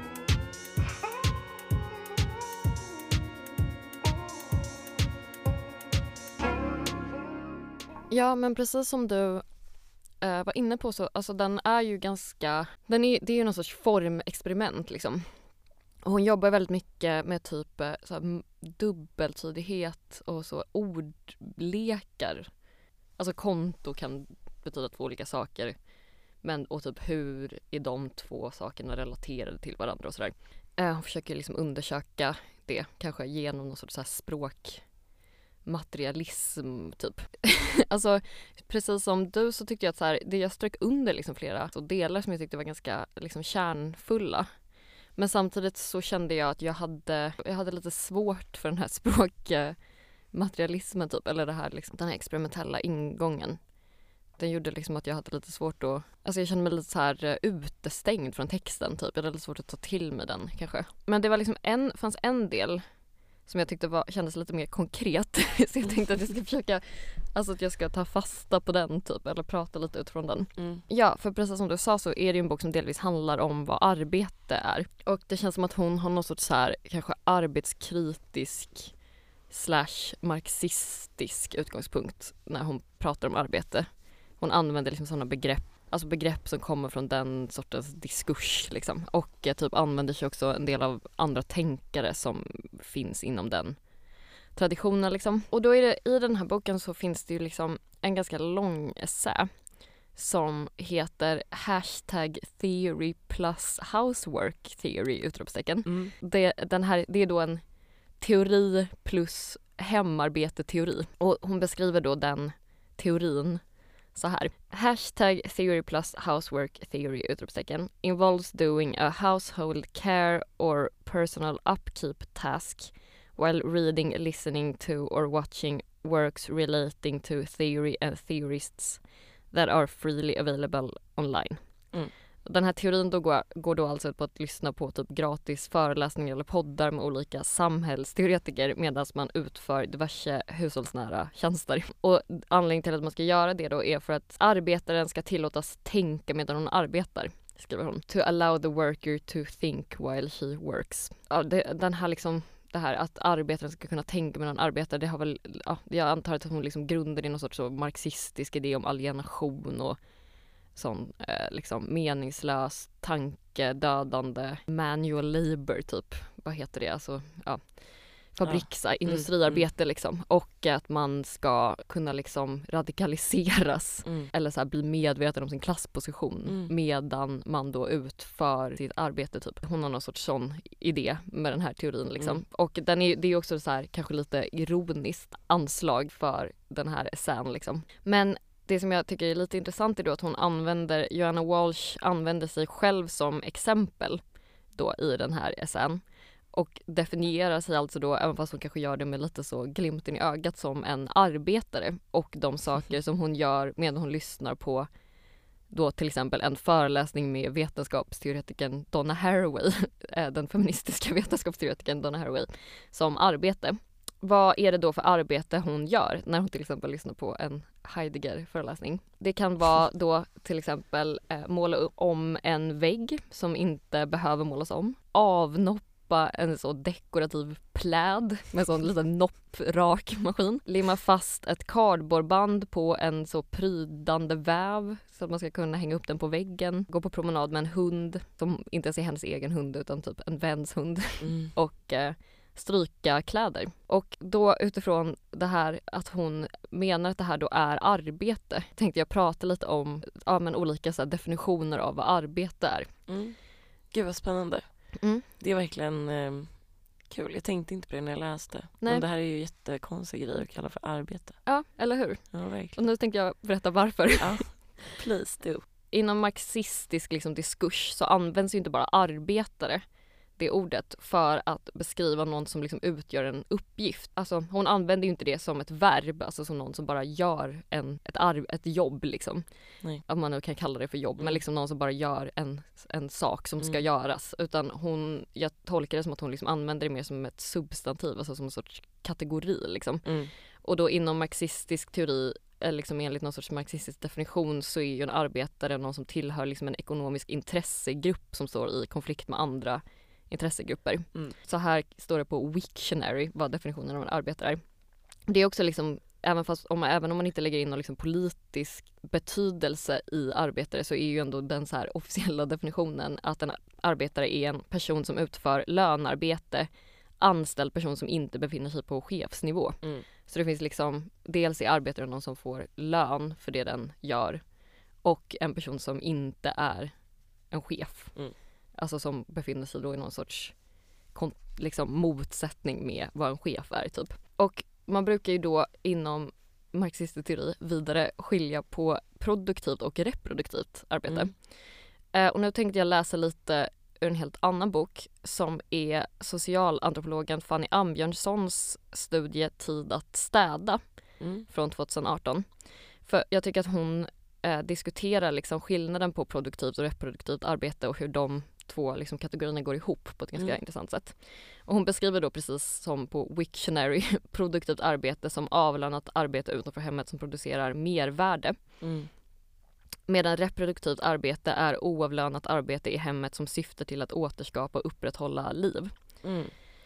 Ja, men precis som du eh, var inne på så, alltså den är ju ganska, den är, det är ju någon sorts formexperiment liksom. Och hon jobbar väldigt mycket med typ eh, så här, dubbeltydighet och så ordlekar. Alltså konto kan betyda två olika saker. Men och typ hur är de två sakerna relaterade till varandra och sådär. Eh, hon försöker liksom undersöka det, kanske genom någon sorts så här språk materialism typ. Alltså precis som du så tyckte jag att så här, det jag strök under liksom flera så delar som jag tyckte var ganska liksom kärnfulla. Men samtidigt så kände jag att jag hade jag hade lite svårt för den här språkmaterialismen typ, eller det här liksom, den här experimentella ingången. Den gjorde liksom att jag hade lite svårt att, alltså jag kände mig lite så här utestängd från texten typ. Jag hade lite svårt att ta till mig den kanske. Men det var liksom en, fanns en del som jag tyckte var, kändes lite mer konkret. Så jag tänkte att jag ska försöka, alltså att jag ska ta fasta på den typ, eller prata lite utifrån den. Mm. Ja, för precis som du sa så är det ju en bok som delvis handlar om vad arbete är. Och det känns som att hon har någon sorts så här, kanske arbetskritisk slash marxistisk utgångspunkt när hon pratar om arbete. Hon använder liksom sådana begrepp, alltså begrepp som kommer från den sortens diskurs liksom. Och eh, typ använder sig också en del av andra tänkare som finns inom den traditionen liksom. Och då är det, i den här boken så finns det ju liksom en ganska lång essä som heter hashtag theory plus housework theory utropstecken. Mm. Det, den här, det är då en teori plus hemarbete-teori. Och hon beskriver då den teorin så här. Hashtag theory plus housework theory utropstecken involves doing a household care or personal upkeep task while reading, listening to or watching works relating to theory and theorists that are freely available online. Mm. Den här teorin då går, går då alltså ut på att lyssna på typ gratis föreläsningar eller poddar med olika samhällsteoretiker medan man utför diverse hushållsnära tjänster. Och anledningen till att man ska göra det då är för att arbetaren ska tillåtas tänka medan hon arbetar, skriver hon. To allow the worker to think while she works. Ja, det, den här liksom, det här att arbetaren ska kunna tänka medan hon arbetar, det har väl, ja, jag antar att hon liksom grundar i någon sorts så marxistisk idé om alienation och sån eh, liksom meningslös tankedödande manual labor typ, vad heter det, alltså ja, fabriks ja. industriarbete mm. liksom, och att man ska kunna liksom radikaliseras mm. eller så här bli medveten om sin klassposition mm. medan man då utför sitt arbete typ. Hon har någon sorts sån idé med den här teorin liksom. Mm. Och den är, det är också så här kanske lite ironiskt anslag för den här essän liksom. Men det som jag tycker är lite intressant är då att hon använder, Joanna Walsh använder sig själv som exempel då i den här essän och definierar sig alltså då, även fast hon kanske gör det med lite så glimten i ögat, som en arbetare, och de saker som hon gör medan hon lyssnar på då till exempel en föreläsning med vetenskapsteoretikern Donna Haraway, den feministiska vetenskapsteoretikern Donna Haraway, som arbete. Vad är det då för arbete hon gör när hon till exempel lyssnar på en Heidegger-föreläsning? Det kan vara då till exempel eh, måla om en vägg som inte behöver målas om. Avnoppa en så dekorativ pläd med en sån liten nopprak maskin. Limma fast ett kardborreband på en så prydande väv så att man ska kunna hänga upp den på väggen. Gå på promenad med en hund som inte ens är hennes egen hund utan typ en väns hund. Mm. Och eh, stryka kläder. Och då utifrån det här att hon menar att det här då är arbete, tänkte jag prata lite om ja, men olika så här, definitioner av vad arbete är. Mm. Gud vad spännande. Mm. Det är verkligen eh, Kul, jag tänkte inte på det när jag läste. Nej. Men det här är ju jättekonstig grej att kalla för arbete. Ja, eller hur? Ja, Och verkligen. nu tänkte jag berätta varför. Ja, please do. Inom marxistisk liksom, diskurs så används ju inte bara arbetare, det ordet, för att beskriva någon som liksom utgör en uppgift. Alltså hon använder ju inte det som ett verb, alltså som någon som bara gör en, ett, arv, ett jobb liksom. Nej. Om man nu kan kalla det för jobb, Mm. men liksom någon som bara gör en, en sak som ska Mm. göras. Utan hon, jag tolkar det som att hon liksom använder det mer som ett substantiv, alltså som en sorts kategori liksom. Mm. Och då inom marxistisk teori, eller liksom enligt någon sorts marxistisk definition, så är ju en arbetare någon som tillhör liksom en ekonomisk intressegrupp som står i konflikt med andra intressegrupper. Mm. Så här står det på Wiktionary vad definitionen av en arbetare är. Det är också liksom, även, fast, om, även om man inte lägger in någon liksom politisk betydelse i arbetare, så är ju ändå den så här officiella definitionen att en arbetare är en person som utför lönarbete, anställd person som inte befinner sig på chefsnivå. Mm. Så det finns liksom, dels är arbetare någon som får lön för det den gör, och en person som inte är en chef. Mm. Alltså som befinner sig då i någon sorts kon- liksom motsättning med vad en chef är typ. Och man brukar ju då inom marxistisk teori vidare skilja på produktivt och reproduktivt arbete. Mm. Eh, och nu tänkte jag läsa lite ur en helt annan bok som är socialantropologen Fanny Ambjörnssons studie Tid att städa Mm. från tjugoarton. För jag tycker att hon eh, diskuterar liksom skillnaden på produktivt och reproduktivt arbete och hur de två liksom, kategorierna går ihop på ett ganska Mm. intressant sätt. Och hon beskriver då precis som på Wiktionary produktivt arbete som avlönat arbete utanför hemmet som producerar mervärde. Mm. Medan reproduktivt arbete är oavlönat arbete i hemmet som syftar till att återskapa och upprätthålla liv. Mm.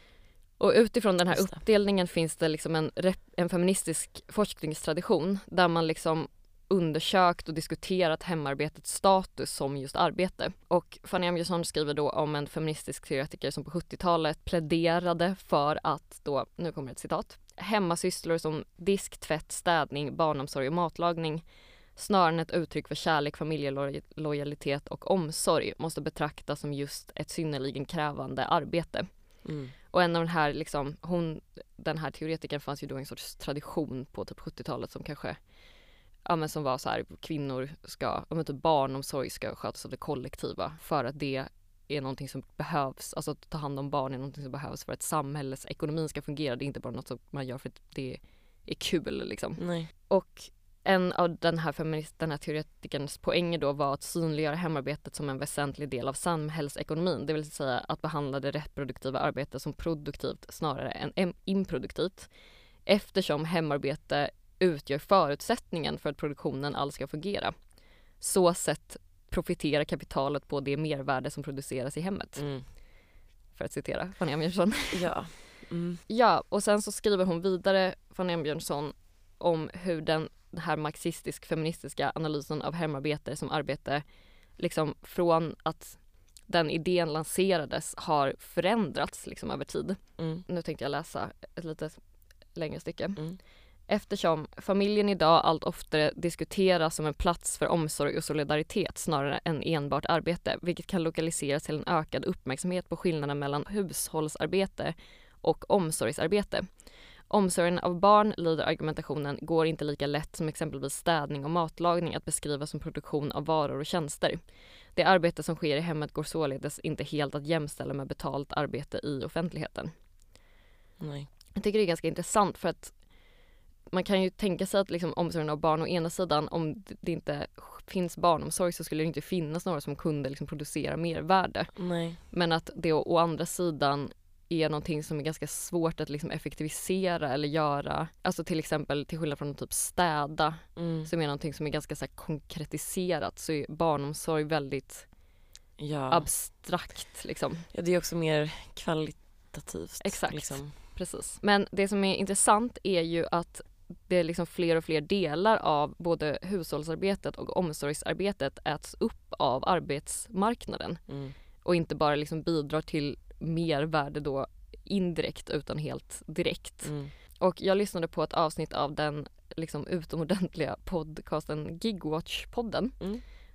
Och utifrån den här Just det. uppdelningen finns det liksom en, rep- en feministisk forskningstradition där man liksom undersökt och diskuterat hemarbetets status som just arbete. Och Fanny Ambjörnsson skriver då om en feministisk teoretiker som på sjuttiotalet pläderade för att då, nu kommer ett citat, hemmasysslor som disk, tvätt, städning, barnomsorg och matlagning snarare än ett uttryck för kärlek, familjelojalitet och omsorg måste betraktas som just ett synnerligen krävande arbete. Mm. Och en av den här, liksom, hon, den här teoretikern fanns ju då en sorts tradition på typ sjuttiotalet som kanske, ja men som var så här, kvinnor ska, om inte barnomsorg ska skötas av det kollektiva för att det är någonting som behövs, alltså att ta hand om barn är någonting som behövs för att samhällets ekonomin ska fungera. Det är inte bara något som man gör för att det är kul liksom. Nej. Och en av den här, feminist, den här teoretikerns poänger då var att synliggöra hemarbetet som en väsentlig del av samhällsekonomin. Det vill säga att behandla det reproduktiva arbetet som produktivt snarare än improduktivt. Eftersom hemarbete utgör förutsättningen för att produktionen alls ska fungera. Så sett profiterar kapitalet på det mervärde som produceras i hemmet. Mm. För att citera Fanny Ambjörnsson. Ja. Mm. Ja, och sen så skriver hon vidare, Fanny Ambjörnsson, om hur den den här marxistisk-feministiska analysen av hemarbete som arbete liksom från att den idén lanserades har förändrats liksom över tid. Mm. Nu tänkte jag läsa ett lite längre stycke. Mm. Eftersom familjen idag allt oftare diskuteras som en plats för omsorg och solidaritet snarare än enbart arbete, vilket kan lokaliseras till en ökad uppmärksamhet på skillnaden mellan hushållsarbete och omsorgsarbete. Omsorgen av barn, lyder argumentationen, går inte lika lätt som exempelvis städning och matlagning att beskriva som produktion av varor och tjänster. Det arbete som sker i hemmet går således inte helt att jämställa med betalt arbete i offentligheten. Nej. Jag tycker det är ganska intressant för att man kan ju tänka sig att liksom omsorgen av barn å ena sidan, om det inte finns barnomsorg så skulle det inte finnas några som kunde liksom producera mervärde. Nej. Men att det å, å andra sidan är någonting som är ganska svårt att liksom effektivisera eller göra. Alltså till exempel till skillnad från typ städa Mm. som är någonting som är ganska så här konkretiserat, så är barnomsorg väldigt Ja. abstrakt liksom. Ja, det är också mer kvalitativt. Exakt. Liksom. Precis. Men det som är intressant är ju att det är liksom fler och fler delar av både hushållsarbetet och omsorgsarbetet äts upp av arbetsmarknaden Mm. och inte bara liksom bidrar till mervärde då indirekt utan helt direkt. Mm. Och jag lyssnade på ett avsnitt av den liksom utomordentliga podcasten Gigwatch-podden Mm.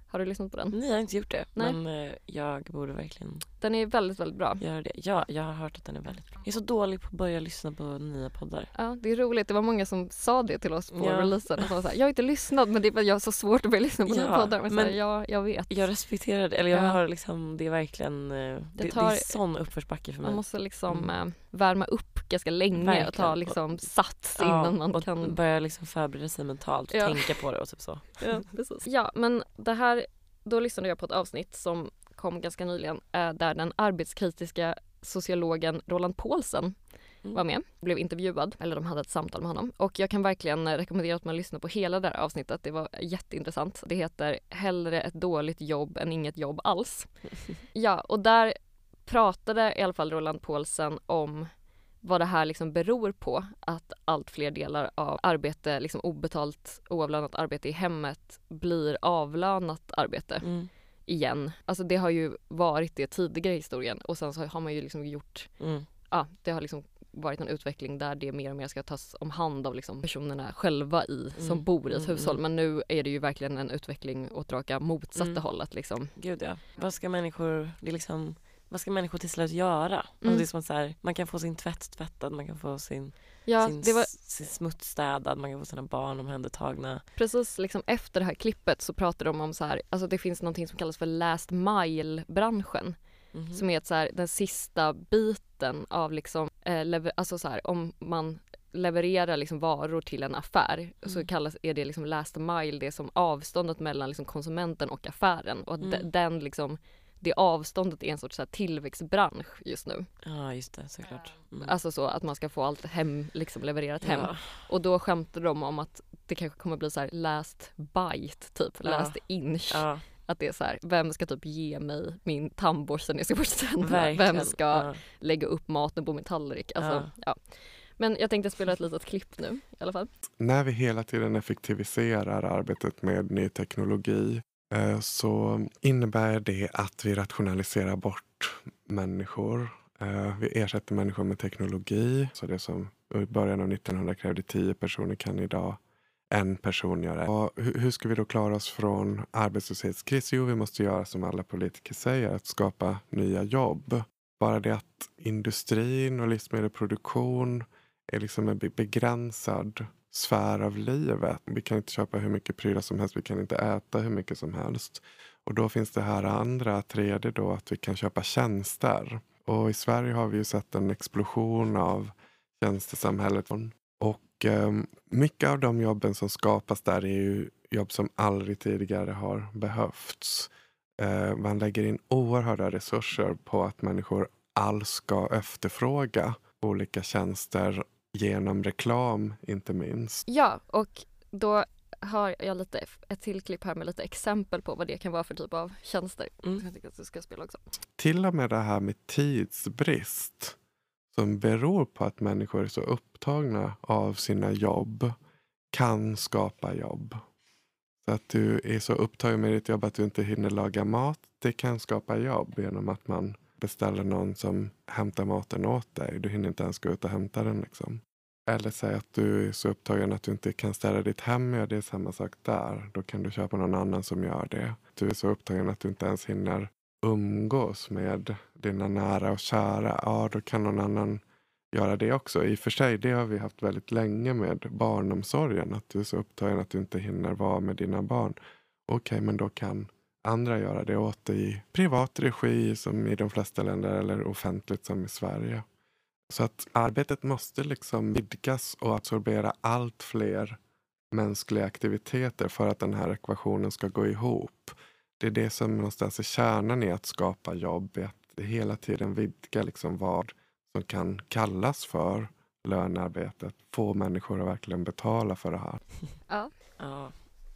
Har du lyssnat på den? Nej, jag har inte gjort det. Nej. Men eh, jag borde verkligen Den är väldigt, väldigt bra. göra det. Ja, jag har hört att den är väldigt bra. Jag är så dålig på att börja lyssna på nya poddar. Ja, det är roligt. Det var många som sa det till oss på Ja. releasen. Att de var så här, jag har inte lyssnat, men det är för att jag har så svårt att börja lyssna på Ja, nya poddar. Men, så här, men- ja, jag vet. Jag respekterar det. Eller jag Ja. har liksom, det är verkligen, eh, det, det, tar- är sån uppförsbacke för mig. Man måste liksom Mm. eh, värma upp ganska länge Verkligen. och ta liksom sats Ja, innan man och kan... börja liksom förbereda sig mentalt, Ja. tänka på det och typ så. Ja, precis. Ja, men det här, då lyssnade jag på ett avsnitt som kom ganska nyligen eh, där den arbetskritiska sociologen Roland Paulsen Mm. var med, blev intervjuad, eller de hade ett samtal med honom. Och jag kan verkligen eh, rekommendera att man lyssnar på hela det här avsnittet. Det var jätteintressant. Det heter Hellre ett dåligt jobb än inget jobb alls. Ja, och där pratade i alla fall Roland Paulsen om vad det här liksom beror på, att allt fler delar av arbete, liksom obetalt, oavlönat arbete i hemmet blir avlönat arbete Mm. igen. Alltså det har ju varit det tidigare i historien och sen så har man ju liksom gjort, Mm. ja, det har liksom varit en utveckling där det mer och mer ska tas om hand av liksom personerna själva i, som Mm. bor i ett Mm, hushåll. mm. Men nu är det ju verkligen en utveckling åt raka motsatta Mm. hållet liksom. Gud ja. Vad ska människor, det är liksom, vad ska människor till slut göra? Mm. Alltså det är som att så här, man kan få sin tvätt tvättad, man kan få sin, Ja, sin, det var sin smuts städad, man kan få sina barn omhändertagna. precis liksom efter det här klippet så pratade de om så här, alltså det finns någonting som kallas för last mile-branschen. Mhm. Som är att så här, den sista biten av liksom, eh, lever, alltså så här, om man levererar liksom varor till en affär så Mm. kallas, är det liksom last mile, det som avståndet mellan liksom konsumenten och affären. Och att Mm. de, den liksom, det avståndet är en sorts så här tillväxtbransch just nu. Ja, just det, såklart. Mm. Alltså så att man ska få allt hem, liksom levererat hem. Ja. Och då skämtade de om att det kanske kommer bli så här last bite typ, Ja. last inch. Ja, Att det är så här, vem ska typ ge mig min tandborste när jag ska borsta tänderna? verkligen. Vem ska Ja. lägga upp maten på min tallrik? Alltså, Ja. ja. Men jag tänkte spela ett litet klipp nu i alla fall. När vi hela tiden effektiviserar arbetet med ny teknologi eh, så innebär det att vi rationaliserar bort människor. Eh, vi ersätter människor med teknologi. Så det som i början av nittonhundra krävde tio personer kan idag en person göra. Och hur, hur ska vi då klara oss från arbetslöshetskris? Jo, vi måste göra som alla politiker säger, att skapa nya jobb. Bara det att industrin och livsmedelsproduktion är liksom en be- begränsad sfär av livet. Vi kan inte köpa hur mycket prylar som helst, vi kan inte äta hur mycket som helst. Och då finns det här andra, tredje då, att vi kan köpa tjänster. Och i Sverige har vi ju sett en explosion av tjänstesamhället. Och eh, mycket av de jobben som skapas där är ju jobb som aldrig tidigare har behövts. Eh, man lägger in oerhörda resurser på att människor alls ska efterfråga olika tjänster genom reklam, inte minst. Ja, och då har jag lite ett till klipp här med lite exempel på vad det kan vara för typ av tjänster. Mm. Jag tycker att du ska spela också. Till och med det här med tidsbrist som beror på att människor är så upptagna av sina jobb kan skapa jobb. Så att du är så upptagen med ditt jobb att du inte hinner laga mat, det kan skapa jobb genom att man beställer någon som hämtar maten åt dig. Du hinner inte ens gå ut och hämta den liksom. Eller säg att du är så upptagen att du inte kan ställa ditt hem, ja det är samma sak där. Då kan du köpa någon annan som gör det. Du är så upptagen att du inte ens hinner umgås med dina nära och kära, ja då kan någon annan göra det också. I och för sig, det har vi haft väldigt länge med barnomsorgen. Att du är så upptagen att du inte hinner vara med dina barn. Okej, men då kan andra göra det åt dig i privat regi som i de flesta länder eller offentligt som i Sverige. Så att arbetet måste liksom vidgas och absorbera allt fler mänskliga aktiviteter för att den här ekvationen ska gå ihop. Det är det som någonstans är kärnan i att skapa jobb. Att hela tiden vidga liksom vad som kan kallas för lönearbetet. Få människor att verkligen betala för det här. Ja. Ja.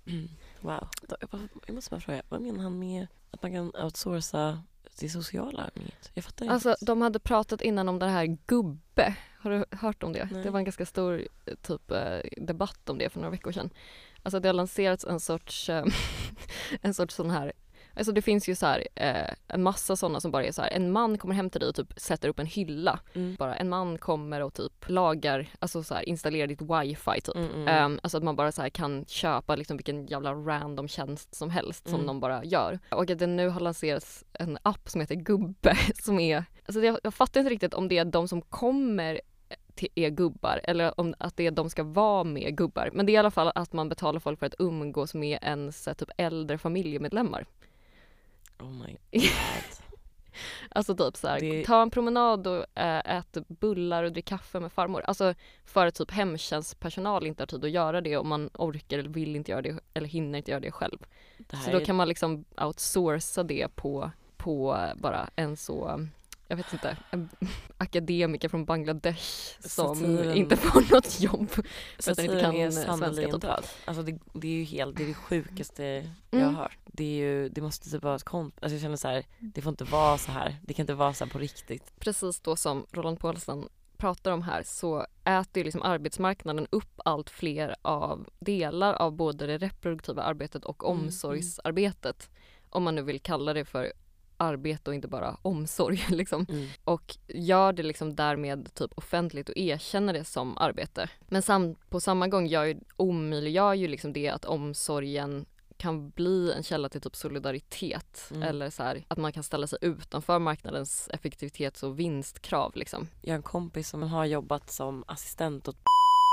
Wow. Då, jag, bara, jag måste bara fråga, vad menar han med att man kan outsourca det sociala? Jag fattar inte. Alltså de hade pratat innan om det här gubbe. Har du hört om det? Nej. Det var en ganska stor typ eh, debatt om det för några veckor sedan. Alltså det har lanserats en sorts, eh, en sorts sån här Alltså det finns ju så här, eh, en massa sådana som bara är så här, en man kommer hem till dig och typ sätter upp en hylla. Mm. Bara en man kommer och typ lagar, alltså så här, installerar ditt wifi typ. Mm, mm. Um, alltså att man bara så här kan köpa liksom vilken jävla random tjänst som helst som Mm. de bara gör. Och att det nu har lanserats en app som heter Gubbe som är, alltså jag, jag fattar inte riktigt om det är de som kommer till, är gubbar eller om att det är de ska vara med gubbar. Men det är i alla fall att man betalar folk för att umgås med ens typ äldre familjemedlemmar. Oh my god. Alltså typ så här, Det- ta en promenad och äh, ät bullar och drick kaffe med farmor. Alltså för att typ hemtjänstpersonal inte har tid att göra det och man orkar eller vill inte göra det eller hinner inte göra det själv. Det här Så då är- kan man liksom outsourca det på, på bara en så, jag vet inte, en akademiker från Bangladesh som Satiren- inte får något jobb för att han inte Satiren kan är svenska. sannoliken Typ. död. Alltså det, det är ju helt, det är det sjukaste jag Mm. har hört. Det är ju, det måste typ vara ett konto. Alltså jag känner så här, det får inte vara så här. Det kan inte vara så här på riktigt. Precis då som Roland Paulsen pratar om här så äter ju liksom arbetsmarknaden upp allt fler av delar av både det reproduktiva arbetet och Mm, omsorgsarbetet. Om man nu vill kalla det för arbete och inte bara omsorg liksom. Mm. Och gör det liksom därmed typ offentligt och erkänner det som arbete. Men sam- på samma gång gör ju, omöjliggör ju liksom det att omsorgen kan bli en källa till typ solidaritet Mm. eller så här, att man kan ställa sig utanför marknadens effektivitets- och vinstkrav liksom. Jag har en kompis som har jobbat som assistent åt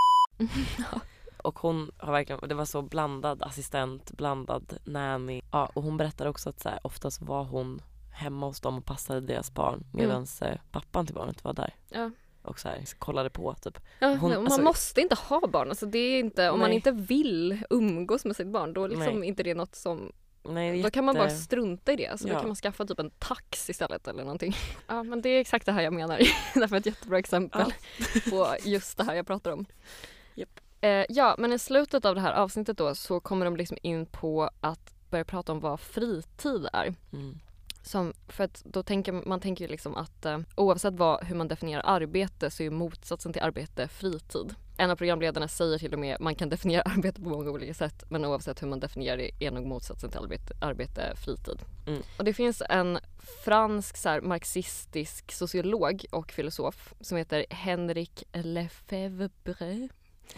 och hon har verkligen, det var så blandad assistent, blandad nanny. Ja, och hon berättade också att så här, oftast var hon hemma hos dem och passade deras barn medan mm. pappan till barnet var där. Ja. Och så här, kollade på typ. Ja, Hon, man alltså, måste inte ha barn. Alltså det är inte, om man nej. inte vill umgås med sitt barn då liksom Nej. inte det är något som nej, det är då kan man jätte- bara strunta i det. Alltså Ja. Då kan man skaffa typ en tax istället eller någonting. Ja, men det är exakt det här jag menar. Det är ett jättebra exempel på just det här jag pratar om. Japp. Eh, ja, men i slutet av det här avsnittet då så kommer de liksom in på att börja prata om vad fritid är. Mm. Som, för att då tänker man tänker ju liksom att eh, oavsett vad, hur man definierar arbete så är motsatsen till arbete fritid. En av programledarna säger till och med man kan definiera arbete på många olika sätt men oavsett hur man definierar det är nog motsatsen till arbete, arbete fritid. Mm. Och det finns en fransk så här, marxistisk sociolog och filosof som heter Henrik Lefebvre.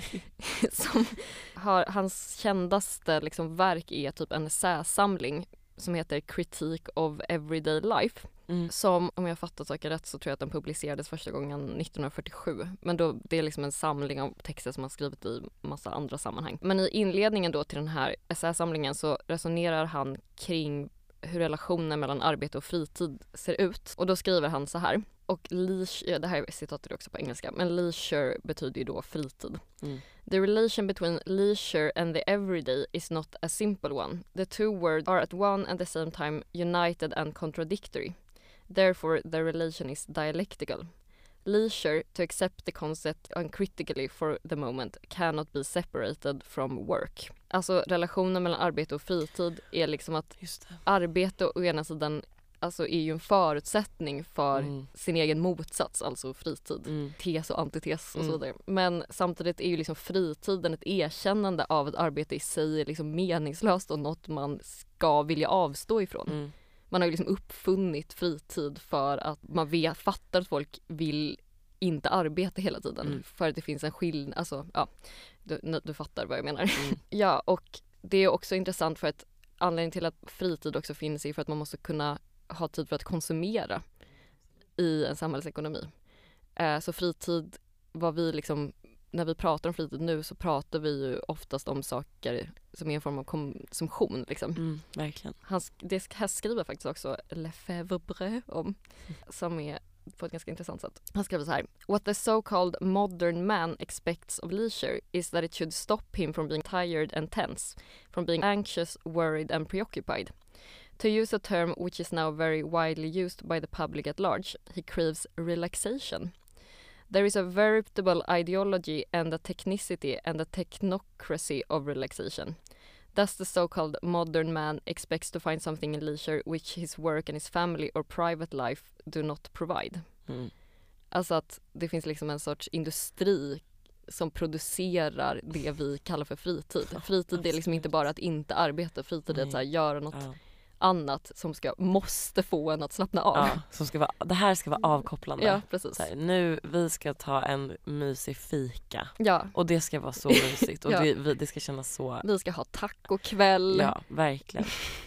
som har, hans kändaste liksom, verk är typ en essäsamling som heter Critique of Everyday Life. Mm. Som, om jag fattat saker rätt så tror jag att den publicerades första gången nittonhundrafyrtiosju. Men då, det är liksom en samling av texter som han skrivit i massa andra sammanhang. Men i inledningen då till den här essäsamlingen så resonerar han kring hur relationen mellan arbete och fritid ser ut. Och då skriver han så här. Och leisure, det här är citatet också på engelska, men leisure betyder ju då fritid. Mm. The relation between leisure and the everyday is not a simple one. The two words are at one and the same time united and contradictory. Therefore, the relation is dialectical. Leisure, to accept the concept uncritically for the moment, cannot be separated from work. Alltså relationen mellan arbete och fritid är liksom att Just det. arbete å ena sidan alltså är ju en förutsättning för Mm. sin egen motsats, alltså fritid. Mm. Tes och antites och Mm. så vidare. Men samtidigt är ju liksom fritiden ett erkännande av att arbete i sig är liksom meningslöst och något man ska vilja avstå ifrån. Mm. Man har ju liksom uppfunnit fritid för att man vet, fattar att folk vill inte arbeta hela tiden. Mm. För att det finns en skillnad, alltså ja, du, du fattar vad jag menar. Mm. Ja, och det är också intressant för att anledningen till att fritid också finns är för att man måste kunna ha tid för att konsumera i en samhällsekonomi. Eh, så fritid, vad vi liksom, när vi pratar om fritid nu så pratar vi ju oftast om saker som är en form av konsumtion. Liksom. Mm. Verkligen. Han, sk- det här skriver faktiskt också Lefebvre om, som är på ett ganska intressant sätt. Han skriver så här. What the so-called modern man expects of leisure is that it should stop him from being tired and tense, from being anxious, worried and preoccupied. To use a term which is now very widely used by the public at large, he craves relaxation. There is a veritable ideology and a technicity and a technocracy of relaxation. Thus the so-called modern man expects to find something in leisure which his work and his family or private life do not provide. Mm. Alltså att det finns liksom en sorts industri som producerar det vi kallar för fritid. Fritid är liksom inte bara att inte arbeta, fritid är att så här, göra något Ja. annat som ska, måste få en att slappna av. Ja, som ska vara, det här ska vara avkopplande. Ja, precis. Så här, nu, vi ska ta en mysig fika. Ja. Och det ska vara så mysigt. Och Ja. det, vi, det ska kännas så... Vi ska ha tacokväll. Ja, verkligen.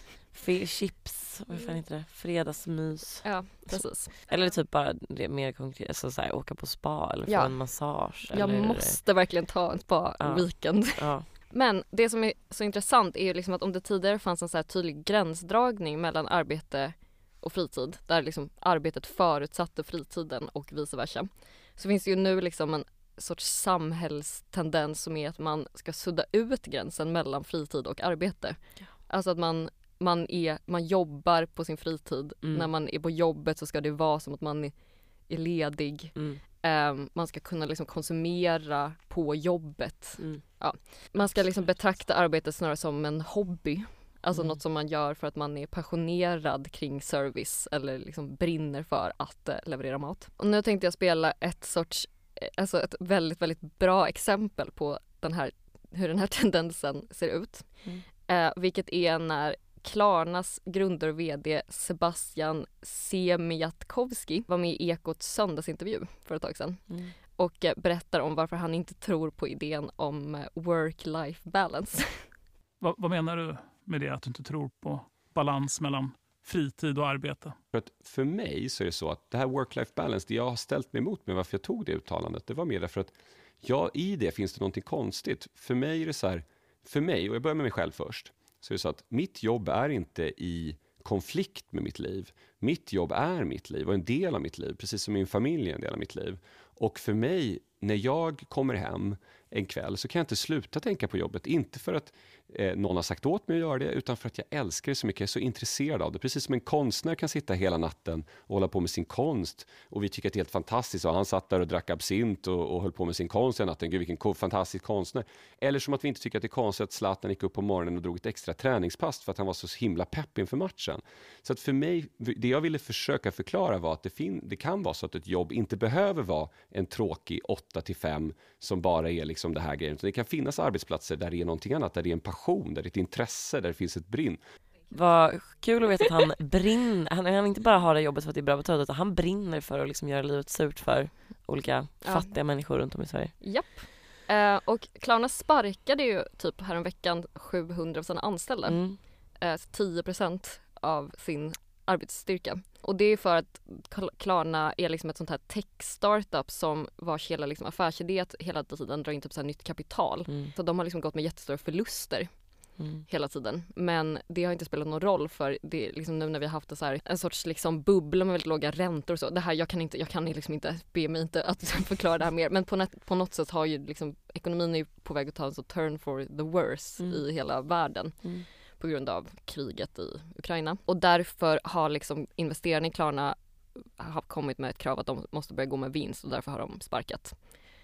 F- chips, vad fan heter det? Fredagsmys. Ja, precis. Eller typ bara det mer konkret, alltså så här, åka på spa eller få Ja. en massage. Jag eller, måste verkligen ta en spa-weekend. Ja. Ja. Men det som är så intressant är ju liksom att om det tidigare fanns en så här tydlig gränsdragning mellan arbete och fritid, där liksom arbetet förutsatte fritiden och vice versa, så finns det ju nu liksom en sorts samhällstendens som är att man ska sudda ut gränsen mellan fritid och arbete. Ja. Alltså att man, man, är, man jobbar på sin fritid. Mm. När man är på jobbet så ska det vara som att man är, är ledig. Mm. Um, man ska kunna liksom konsumera på jobbet. Mm. Ja. Man ska liksom betrakta arbetet snarare som en hobby. Alltså Mm. något som man gör för att man är passionerad kring service eller liksom brinner för att uh, leverera mat. Och nu tänkte jag spela ett sorts, alltså ett väldigt, väldigt bra exempel på den här, hur den här tendensen ser ut. Mm. Uh, vilket är när Klarnas grundare och vd Sebastian Siemiatkowski var med i Ekots söndagsintervju för ett tag sedan. Mm. Och eh, berättar om varför han inte tror på idén om eh, work-life balance. Va, vad menar du med det, att du inte tror på balans mellan fritid och arbete? För, att för mig så är det så att det här work-life balance, det jag har ställt mig emot med varför jag tog det uttalandet, det var mer därför att ja, i det finns det någonting konstigt. För mig är det så här, för mig, och jag börjar med mig själv först, så är det så att mitt jobb är inte i konflikt med mitt liv. Mitt jobb är mitt liv och en del av mitt liv, precis som min familj är en del av mitt liv. Och för mig, när jag kommer hem en kväll så kan jag inte sluta tänka på jobbet. Inte för att eh, någon har sagt åt mig att göra det, utan för att jag älskar det så mycket. Jag är så intresserad av det. Precis som en konstnär kan sitta hela natten och hålla på med sin konst. Och vi tycker att det är helt fantastiskt. Och han satt där och drack absint och, och höll på med sin konst hela natten. Gud, vilken cool, fantastisk konstnär. Eller som att vi inte tycker att det är konstigt att Zlatan gick upp på morgonen och drog ett extra träningspass för att han var så himla pepp inför matchen. Så att för mig, det jag ville försöka förklara var att det, fin- det kan vara så att ett jobb inte behöver vara en tråkig åtta till fem som bara är liksom det här grejen. Det kan finnas arbetsplatser där det är någonting annat, där det är en passion, där det är ett intresse, där det finns ett brinn. Vad kul att veta att han brinner, han, han inte bara har det jobbet för att det är bra betalt, utan han brinner för att liksom göra livet surt för olika Ja. fattiga människor runt om i Sverige. Japp. Eh, och Klarna sparkade ju typ häromveckan sjuhundra av sina anställda. Mm. Eh, tio procent av sin arbetsstyrka. Och det är för att Klarna är liksom ett sånt här tech-startup som vars hela liksom affärsidé att hela tiden drar in typ så här nytt kapital. Mm. Så de har liksom gått med jättestora förluster Mm. hela tiden. Men det har inte spelat någon roll för det liksom nu när vi har haft en, så här, en sorts liksom bubbla med väldigt låga räntor och så. Det här, jag kan inte, jag kan liksom inte be mig inte att förklara det här mer. Men på, net, på något sätt har ju liksom ekonomin är på väg att ta en så turn for the worse Mm. i hela världen. Mm. På grund av kriget i Ukraina. Och därför har liksom investerarna i Klarna har kommit med ett krav att de måste börja gå med vinst och därför har de sparkat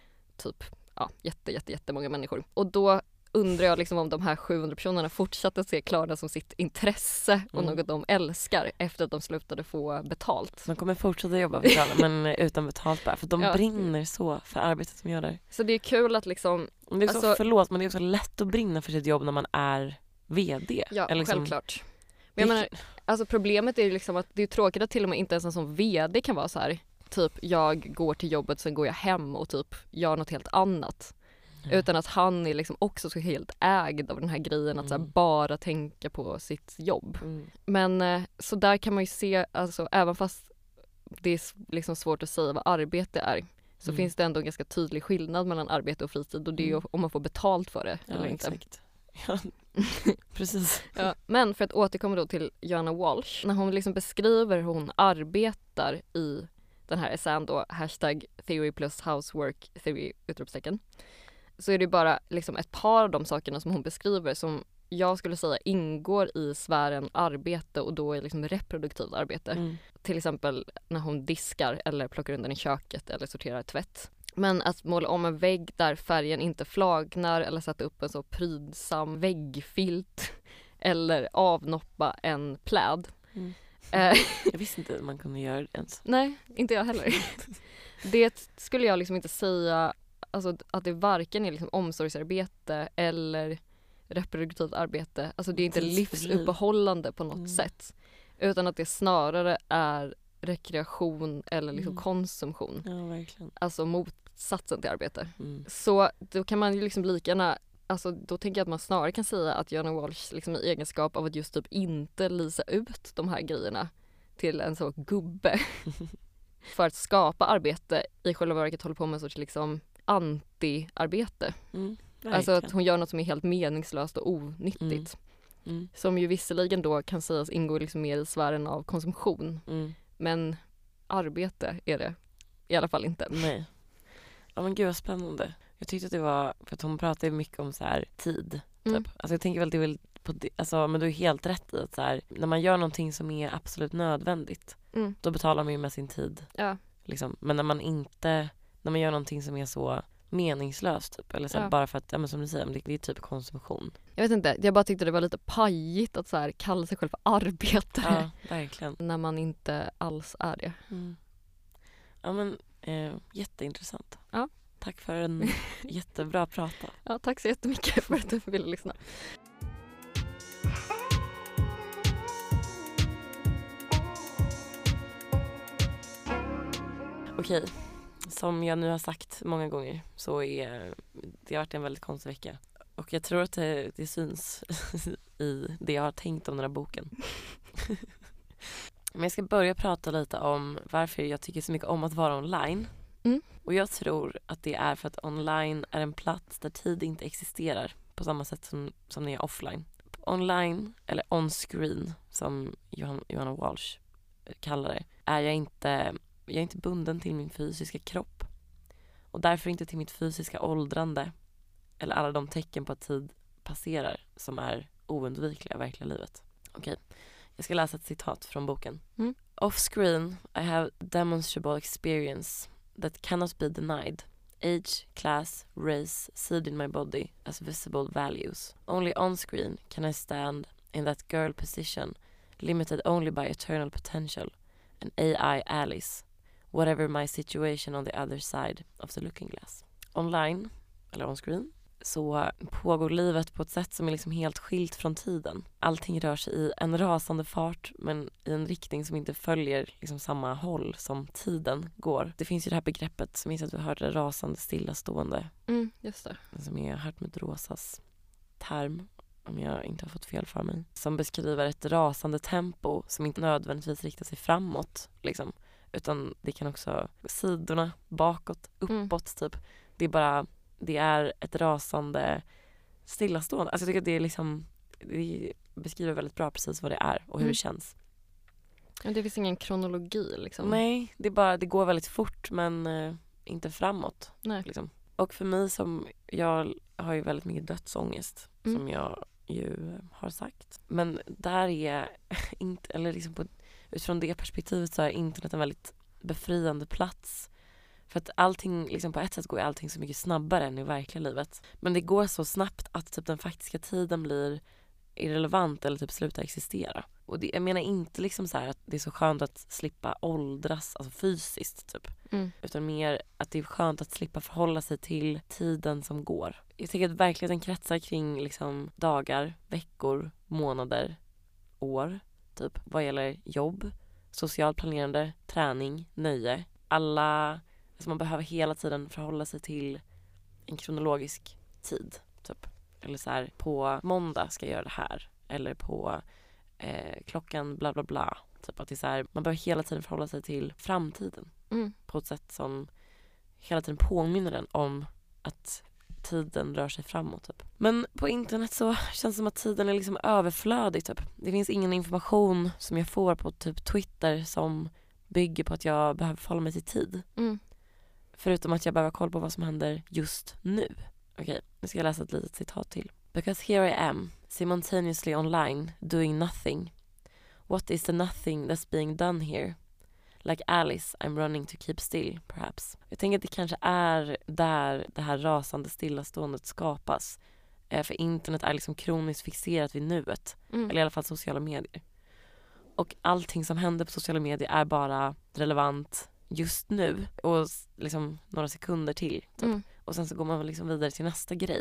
typ ja, jätte, jätte, jättemånga människor. Och då undrar jag liksom om de här sjuhundra personerna fortsatte se Klarna som sitt intresse och Mm. något de älskar efter att de slutade få betalt. De kommer fortsätta jobba för Klarna, men utan betalt bara, för de Ja. brinner så för arbetet de gör där. Så det är kul att liksom, Och det är så, Alltså- förlåt, men det är också lätt att brinna för sitt jobb när man är vd. ja Eller liksom- självklart. Men jag menar, alltså problemet är ju liksom att det är tråkigt att till och med inte ens en som vd kan vara så här. Typ jag går till jobbet, sen går jag hem och typ gör något helt annat. Ja. Utan att han är liksom också så helt ägd av den här grejen att så här, Mm. bara tänka på sitt jobb. Mm. Men eh, så där kan man ju se, alltså även fast det är s- liksom svårt att säga vad arbete är, så Mm. finns det ändå en ganska tydlig skillnad mellan arbete och fritid och det är ju Mm. om man får betalt för det Ja, eller inte. exakt. Ja, precis. Ja, men för att återkomma då till Joanna Walsh, när hon liksom beskriver hur hon arbetar i den här essän då, hashtag theory plus housework theory, utropstecken, så är det bara liksom ett par av de sakerna som hon beskriver som jag skulle säga ingår i sfären arbete och då är liksom reproduktivt arbete. Mm. Till exempel när hon diskar eller plockar undan i köket eller sorterar tvätt. Men att måla om en vägg där färgen inte flagnar eller sätta upp en så prydsam väggfilt eller avnoppa en pläd. Mm. Eh, Jag visste inte att man kunde göra det ens. nej, inte jag heller. Det skulle jag liksom inte säga, alltså att det varken är liksom omsorgsarbete eller reproduktivt arbete. Alltså det är inte Tidsfördriv. livsuppehållande på något Mm. sätt. Utan att det snarare är rekreation eller liksom Mm. konsumtion. Ja, verkligen. Alltså motsatsen till arbete. Mm. Så då kan man ju liksom lika gärna, alltså då tänker jag att man snarare kan säga att Joanna Walsh liksom i egenskap av att just typ inte lysa ut de här grejerna till en så gubbe för att skapa arbete i själva verket håller på med en sorts liksom anti-arbete. Mm. Alltså att Verkligen. hon gör något som är helt meningslöst och onyttigt. Mm. Som ju visserligen då kan sägas ingå liksom mer i sfären av konsumtion. Mm. Men arbete är det i alla fall inte. Nej. Ja men gud vad spännande. Jag tyckte att det var, för att hon pratade mycket om så här tid. Typ. Mm. Alltså jag tänker väl det är väl på det, alltså, men du är helt rätt i att så här, när man gör någonting som är absolut nödvändigt, Mm. då betalar man ju med sin tid. Ja. Liksom. Men när man inte, när man gör någonting som är så meningslöst typ, eller så här, Ja. bara för att, ja, men som du säger, det, det är typ konsumtion. Jag vet inte, jag bara tyckte det var lite pajigt att så här kalla sig själv för arbetare Ja, verkligen. när man inte alls är det. Mm. Ja men eh, jätteintressant. Ja. Tack för en jättebra prata. Ja, tack så jättemycket för att du ville lyssna. Okej, som jag nu har sagt många gånger så är det har varit en väldigt konstig vecka. Och jag tror att det, det syns i det jag har tänkt om den här boken. Men jag ska börja prata lite om varför jag tycker så mycket om att vara online. Mm. Och jag tror att det är för att online är en plats där tid inte existerar på samma sätt som, som det är offline. Online, eller on-screen som Johan, Joanna Walsh kallar det, är jag inte, jag är inte bunden till min fysiska kropp. Och därför inte till mitt fysiska åldrande eller alla de tecken på att tid passerar som är oundvikliga i verkliga livet. Okej, jag ska läsa ett citat från boken. Mm. Off-screen I have demonstrable experience that cannot be denied. Age, class, race, seed in my body as visible values. Only on-screen can I stand in that girl position, limited only by eternal potential, an A I Alice, whatever my situation on the other side of the looking glass. Online, eller on-screen, så pågår livet på ett sätt som är liksom helt skilt från tiden. Allting rör sig i en rasande fart men i en riktning som inte följer liksom samma håll som tiden går. Det finns ju det här begreppet som minns att du hörde, rasande stillastående, Mm, just det. som är Hartmut Rosas term, om jag inte har fått fel för mig, som beskriver ett rasande tempo som inte nödvändigtvis riktar sig framåt liksom, utan det kan också sidorna, bakåt, uppåt typ. Det är bara det är ett rasande stillastående. Alltså jag tycker att det är liksom, det beskriver väldigt bra precis vad det är och hur Mm. det känns. Men det finns ingen kronologi liksom. Nej, det är bara, det går väldigt fort men eh, inte framåt. Nej. Liksom. Och för mig som, jag har ju väldigt mycket dödsångest Mm. som jag ju har sagt. Men där är inte, eller liksom på, utifrån det perspektivet så är internet en väldigt befriande plats. För att allting, liksom på ett sätt går allting så mycket snabbare än i verkliga livet. Men det går så snabbt att typ den faktiska tiden blir irrelevant eller typ slutar existera. Och det, jag menar inte liksom så här att det är så skönt att slippa åldras, alltså fysiskt typ. Mm. Utan mer att det är skönt att slippa förhålla sig till tiden som går. Jag tycker att verkligheten kretsar kring liksom dagar, veckor, månader, år typ. Vad gäller jobb, socialt planerande, träning, nöje. Alla, alltså man behöver hela tiden förhålla sig till en kronologisk tid typ. Eller så här, på måndag ska jag göra det här. Eller på eh, klockan bla bla bla. Typ att det är så här, man behöver hela tiden förhålla sig till framtiden. Mm. På ett sätt som hela tiden påminner den om att tiden rör sig framåt typ. Men på internet så känns det som att tiden är liksom överflödig typ. Det finns ingen information som jag får på typ Twitter som bygger på att jag behöver förhålla mig till tid. Mm. Förutom att jag behöver kolla på vad som händer just nu. Okej, nu ska jag läsa ett litet citat till. Because here I am, simultaneously online, doing nothing. What is the nothing that's being done here? Like Alice, I'm running to keep still, perhaps. Jag tänker att det kanske är där det här rasande stillaståendet skapas. Eh, för internet är liksom kroniskt fixerat vid nuet. Mm. Eller i alla fall sociala medier. Och allting som händer på sociala medier är bara relevant just nu. Och liksom några sekunder till. Typ. Mm. Och sen så går man liksom vidare till nästa grej. Och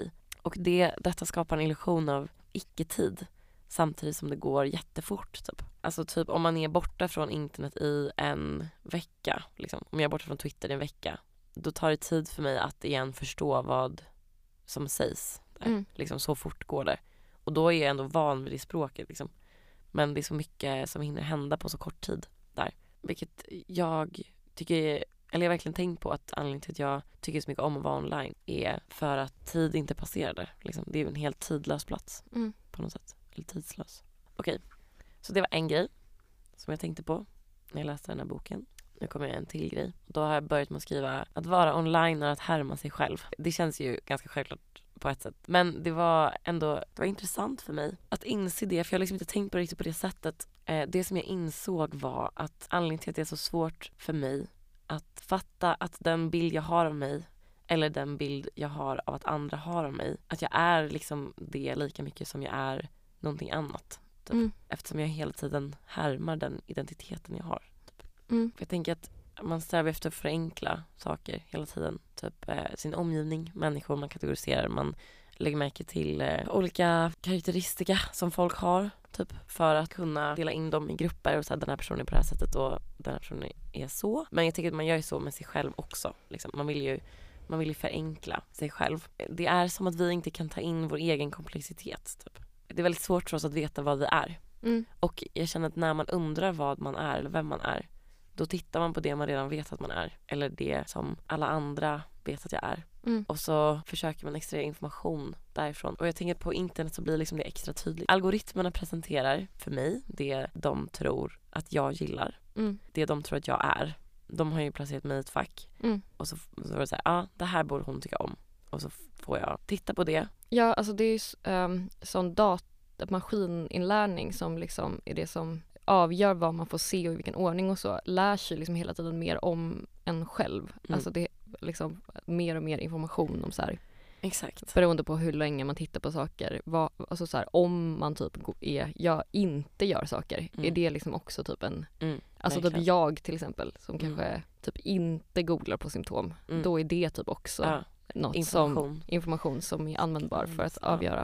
Och det, detta skapar en illusion av icke-tid samtidigt som det går jättefort. Typ. Alltså typ om man är borta från internet i en vecka, liksom, om jag är borta från Twitter i en vecka, då tar det tid för mig att igen förstå vad som sägs. Mm. Liksom, så fort går det. Och då är jag ändå van vid det språket. Liksom. Men det är så mycket som hinner hända på så kort tid där. Vilket jag tycker, eller jag har verkligen tänkt på att anledningen till att jag tycker så mycket om att vara online är för att tid inte passerar där. Liksom. Det är en helt tidlös plats Mm. på något sätt. Eller tidslös. Okej, så det var en grej som jag tänkte på när jag läste den här boken. Nu kommer jag en till grej. Då har jag börjat med att skriva att vara online är att härma sig själv. Det känns ju ganska självklart på ett sätt. Men det var ändå det var intressant för mig att inse det. För jag har liksom inte tänkt på det riktigt på det sättet. Eh, det som jag insåg var att anledningen till att det är så svårt för mig att fatta att den bild jag har av mig eller den bild jag har av att andra har av mig, att jag är liksom det lika mycket som jag är någonting annat. Typ. Mm. Eftersom jag hela tiden härmar den identiteten jag har. Typ. Mm. För jag tänker att man strävar efter att förenkla saker hela tiden. Typ eh, sin omgivning, människor man kategoriserar. Man lägger märke till eh, olika karaktäristika som folk har. Typ för att kunna dela in dem i grupper och säga den här personen är på det här sättet och den här personen är så. Men jag tänker att man gör ju så med sig själv också. Liksom. Man vill ju man vill ju förenkla sig själv. Det är som att vi inte kan ta in vår egen komplexitet. Typ. Det är väldigt svårt för oss att veta vad vi är. Mm. Och jag känner att när man undrar vad man är eller vem man är, då tittar man på det man redan vet att man är. Eller det som alla andra vet att jag är. Mm. Och så försöker man extrahera information därifrån. Och jag tänker att på internet så blir liksom det extra tydligt. Algoritmerna presenterar för mig det de tror att jag gillar. Mm. Det de tror att jag är. De har ju placerat mig i ett fack. Mm. Och så, så var det så här, ja, ah, det här borde hon tycka om. Och så får jag titta på det. Ja, alltså det är ju um, sån dat- maskininlärning som liksom är det som avgör vad man får se och i vilken ordning och så. Lär sig liksom hela tiden mer om en själv. Mm. Alltså det är liksom mer och mer information om så här, Exakt. beroende på hur länge man tittar på saker. Vad, alltså så här, om man typ är, jag inte gör saker, Mm. är det liksom också typ en, Mm, alltså typ verkligen. jag till exempel som Mm. kanske typ inte googlar på symptom, Mm. då är det typ också Ja, något information. som information som är användbar för att Ja. avgöra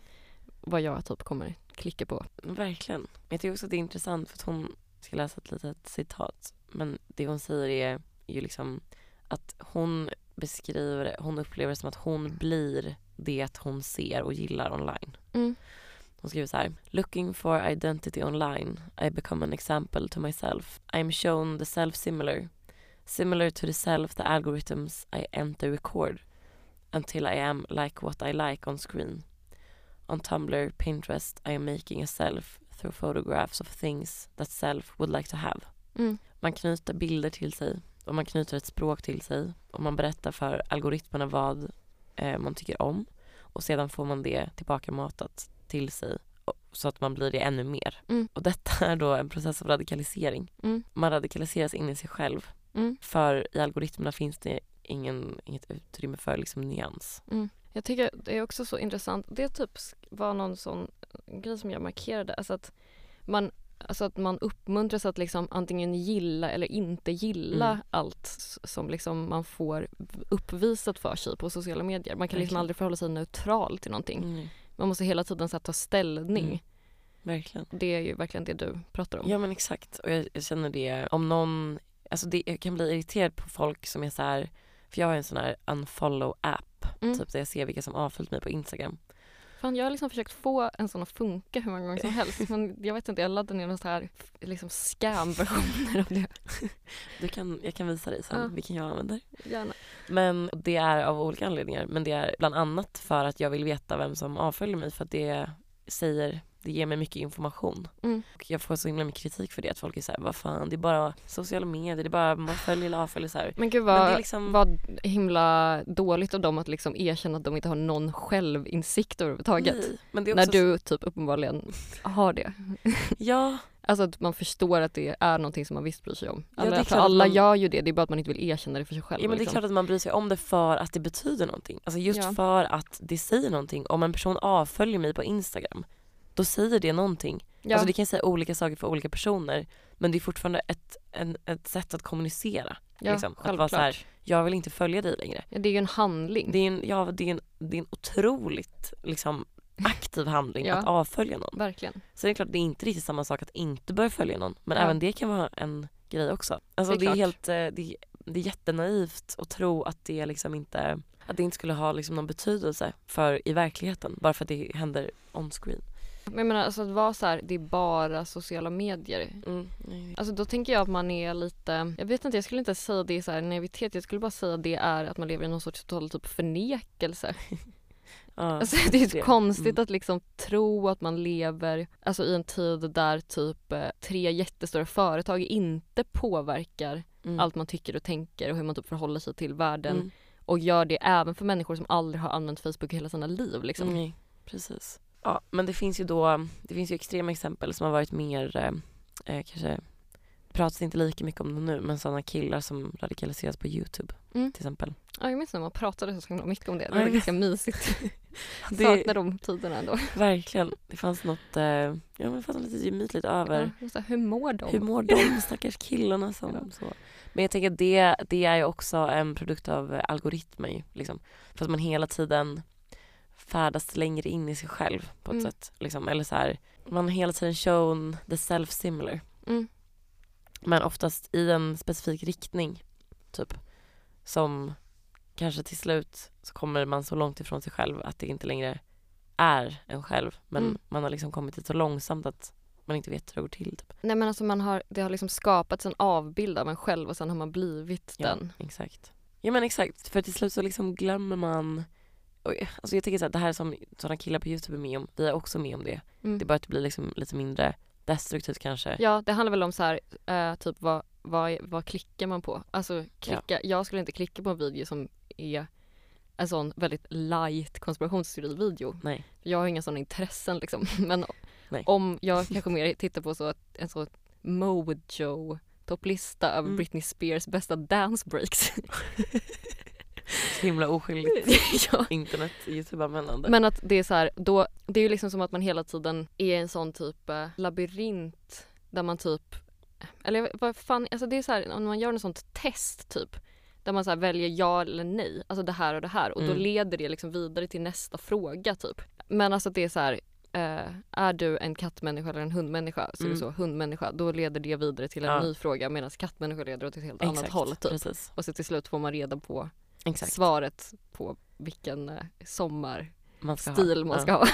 vad jag typ kommer klicka på. Verkligen. Men jag tycker också att det är intressant för att hon ska läsa ett litet citat. Men det hon säger är ju liksom att hon beskriver det, hon upplever det som att hon blir det hon ser och gillar online. Mm. Hon skriver så här: Looking for identity online, I become an example to myself. I am shown the self-similar. Similar to the self the algorithms I enter record until I am like what I like on screen. On Tumblr, Pinterest, I am making a self through photographs of things that self would like to have. Mm. Man knyter bilder till sig och man knyter ett språk till sig och man berättar för algoritmerna vad eh, man tycker om och sedan får man det tillbaka matat till sig och, så att man blir det ännu mer. Mm. Och detta är då en process av radikalisering. Mm. Man radikaliseras in i sig själv. Mm. För i algoritmerna finns det ingen, inget utrymme för liksom nyans. Mm. Jag tycker det är också så intressant. Det typ var någon sån grej som jag markerade. Alltså att man, alltså att man uppmuntras att liksom antingen gilla eller inte gilla Mm. allt som liksom man får uppvisat för sig på sociala medier. Man kan liksom Verkligen. aldrig förhålla sig neutral till någonting. Mm. Man måste hela tiden så här, ta ställning. Mm. Verkligen. Det är ju verkligen det du pratar om. Ja men exakt. Och jag, jag känner det om någon, alltså det, jag kan bli irriterad på folk som är så här, för jag har en sån här unfollow app. Mm. Typ där jag ser vilka som avföljt mig på Instagram. Fan, jag har liksom försökt få en sån att funka hur många gånger som helst. Men jag vet inte, jag laddade ner någon så här liksom scam-versioner av det. Du kan, jag kan visa dig sen Ja. vilken jag använder. Gärna. Men det är av olika anledningar. Men det är bland annat för att jag vill veta vem som avföljer mig. För att det säger, det ger mig mycket information. Mm. Och jag får så himla mycket kritik för det. Att folk är så här, vad fan, det är bara sociala medier. Det är bara man följer eller avföljer så här. Men gud Men vad, det är liksom- vad himla dåligt av dem att liksom erkänna att de inte har någon självinsikt överhuvudtaget. Nej, men det är När också du typ uppenbarligen har det. Ja, Alltså att man förstår att det är någonting som man visst bryr sig om. Ja, det är Alla, för klart att alla man- gör ju det, det är bara att man inte vill erkänna det för sig själv. ja men det är liksom. klart att man bryr sig om det för att det betyder någonting. Alltså just Ja. för att det säger någonting. Om en person avföljer mig på Instagram, då säger det någonting. Ja. Alltså det kan säga olika saker för olika personer. Men det är fortfarande ett, en, ett sätt att kommunicera. ja, liksom. Att vara självklart. så här, jag vill inte följa dig längre. Ja, det är ju en handling. Det är en, ja, det är en, det är en otroligt liksom, aktiv handling Ja. att avfölja någon. Verkligen. Så det är klart, det är inte riktigt samma sak att inte börja följa någon. Men Ja. även det kan vara en grej också. Alltså Det är det är, klart. helt, eh, det är, det är jättenaivt att tro att det liksom inte, att det inte skulle ha liksom någon betydelse för i verkligheten. Bara för att det händer on screen. Men jag menar, alltså att vara så här, det är bara sociala medier. Mm. Alltså då tänker jag att man är lite, jag vet inte, jag skulle inte säga det är så här naivitet, jag skulle bara säga att det är att man lever i någon sorts total typ förnekelse. Ja, Alltså det är så det- konstigt mm. att liksom tro att man lever alltså i en tid där typ eh, tre jättestora företag inte påverkar Mm. allt man tycker och tänker och hur man typ förhåller sig till världen Mm. och gör det även för människor som aldrig har använt Facebook i hela sina liv liksom. Nej, precis. Ja, men det finns ju då, det finns ju extrema exempel som har varit mer, eh, eh, kanske pratas inte lika mycket om det nu, men sådana killar som radikaliseras på YouTube Mm. till exempel. Ja, jag minns när man pratade så himla mycket om det. Det Ja, var jag ganska mysigt. Det- Saknar de tiderna ändå. Verkligen. Det fanns något, eh, ja men det fanns något lite gemytligt över Ja, så här, hur mår de? hur mår de stackars killarna som Ja. så. Men jag tänker att det, det är ju också en produkt av eh, algoritmer ju, liksom. För att man hela tiden färdas längre in i sig själv på ett Mm. sätt. Liksom. Eller så här, man har hela tiden shown the self-similar. Mm. Men oftast i en specifik riktning, typ. Som kanske till slut så kommer man så långt ifrån sig själv att det inte längre är en själv. Men Mm. man har liksom kommit dit så långsamt att man inte vet hur det går till. Typ. Nej men alltså man har, det har liksom skapats en avbild av en själv och sen har man blivit Ja, den. exakt. Ja men exakt, för till slut så liksom glömmer man. Oj, alltså jag tänker så här, det här som sådana killar på YouTube är med om, vi är också med om det. Mm. Det är bara att det blir liksom lite mindre destruktivt kanske. Ja, det handlar väl om så här, eh, typ vad, vad, vad klickar man på? Alltså klicka, jag skulle inte klicka på en video som är en sån väldigt light konspirationsteori-video. Nej. Jag har inga sådana intressen liksom. Men Nej. om jag kanske mer tittar på så att en sån Mojo topplista över Mm. Britney Spears bästa dance breaks. Så himla oskyldigt Ja. internet, YouTube-användande. Men att det är så här, då, det är ju liksom som att man hela tiden är i en sån typ eh, labyrint där man typ, eller vad fan, alltså det är så här, om man gör något sånt test typ, där man så här väljer ja eller nej, alltså det här och det här, och då Mm. leder det liksom vidare till nästa fråga typ. Men alltså det är så här, eh, är du en kattmänniska eller en hundmänniska, så är det Mm. så, hundmänniska, då leder det vidare till en Ja. ny fråga, medan kattmänniska leder åt ett helt annat Exakt, håll typ. precis. Och så till slut får man reda på Exakt. svaret på vilken eh, sommar Man ska stil ha. man Ja. ska ha.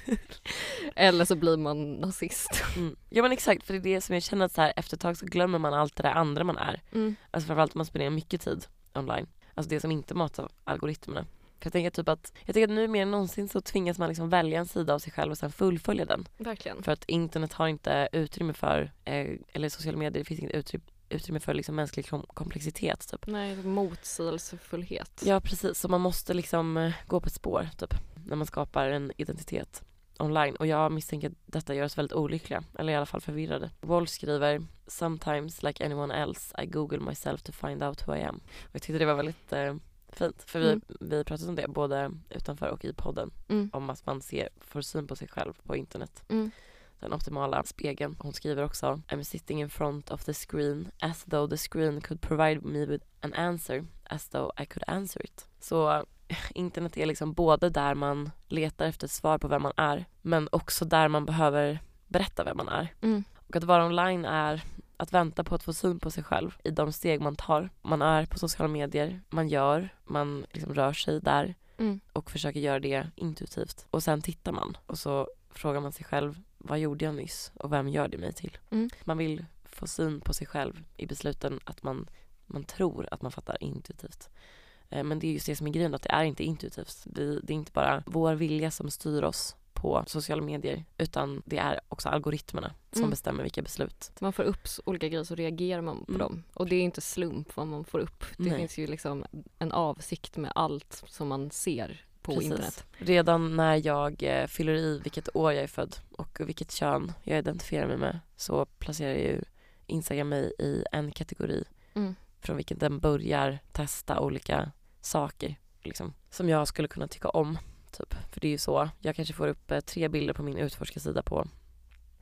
Eller så blir man nazist. Mm. Ja men exakt, för det är det som jag känner att så här, efter ett tag så glömmer man allt det där andra man är. Mm. Alltså framförallt om man spenderar mycket tid online. Alltså det som inte matas av algoritmerna. För jag tänker typ att, jag tänker att nu mer än någonsin så tvingas man liksom välja en sida av sig själv och sen fullfölja den. Verkligen. För att internet har inte utrymme för, eh, eller sociala medier, det finns inget utrymme, utrymme för liksom mänsklig kom- komplexitet typ. Nej, motsägelsefullhet. Ja precis, så man måste liksom eh, gå på ett spår typ, när man skapar en identitet online. Och jag misstänker att detta gör oss väldigt olyckliga, eller i alla fall förvirrade. Wolf skriver: "Sometimes like anyone else I google myself to find out who I am." Och jag tyckte det var väldigt eh, fint, för vi, Mm. vi pratade om det både utanför och i podden, Mm. om att man ser, får syn på sig själv på internet. Mm. Den optimala spegeln. Hon skriver också: "I'm sitting in front of the screen as though the screen could provide me with an answer as though I could answer it." Så internet är liksom både där man letar efter svar på vem man är, men också där man behöver berätta vem man är. Mm. Och att vara online är att vänta på att få syn på sig själv i de steg man tar. Man är på sociala medier, man gör, man liksom rör sig där Mm. och försöker göra det intuitivt. Och sen tittar man och så frågar man sig själv: vad gjorde jag nyss och vem gör det mig till? Mm. Man vill få syn på sig själv i besluten, att man, man tror att man fattar intuitivt. Eh, Men det är just det som är grejen, att det är inte intuitivt. Vi, det är inte bara vår vilja som styr oss på sociala medier, utan det är också algoritmerna som Mm. bestämmer vilka beslut. Man får upp olika grejer så reagerar man på Mm. dem. Och det är inte slump vad man får upp. Det Nej. finns ju liksom en avsikt med allt som man ser på Precis. internet. Redan när jag eh, fyller i vilket år jag är född och vilket kön jag identifierar mig med, så placerar ju Instagram mig i en kategori Mm. från vilken den börjar testa olika saker liksom, som jag skulle kunna tycka om. Typ. För det är ju så, jag kanske får upp eh, tre bilder på min utforskarsida på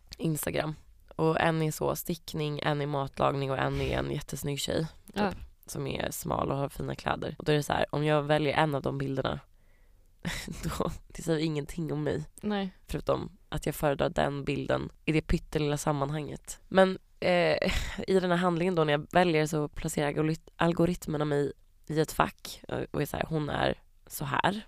Instagram. Och en är så stickning, en är matlagning och en är en jättesnygg tjej. Typ. Ja. som är smal och har fina kläder. Och då är det så här, om jag väljer en av de bilderna då, det säger ingenting om mig. Nej. Förutom att jag föredrar den bilden i det pyttelilla sammanhanget. Men eh, i den här handlingen då när jag väljer så placerar algorit- algoritmerna mig i ett fack och är så här, hon är så här.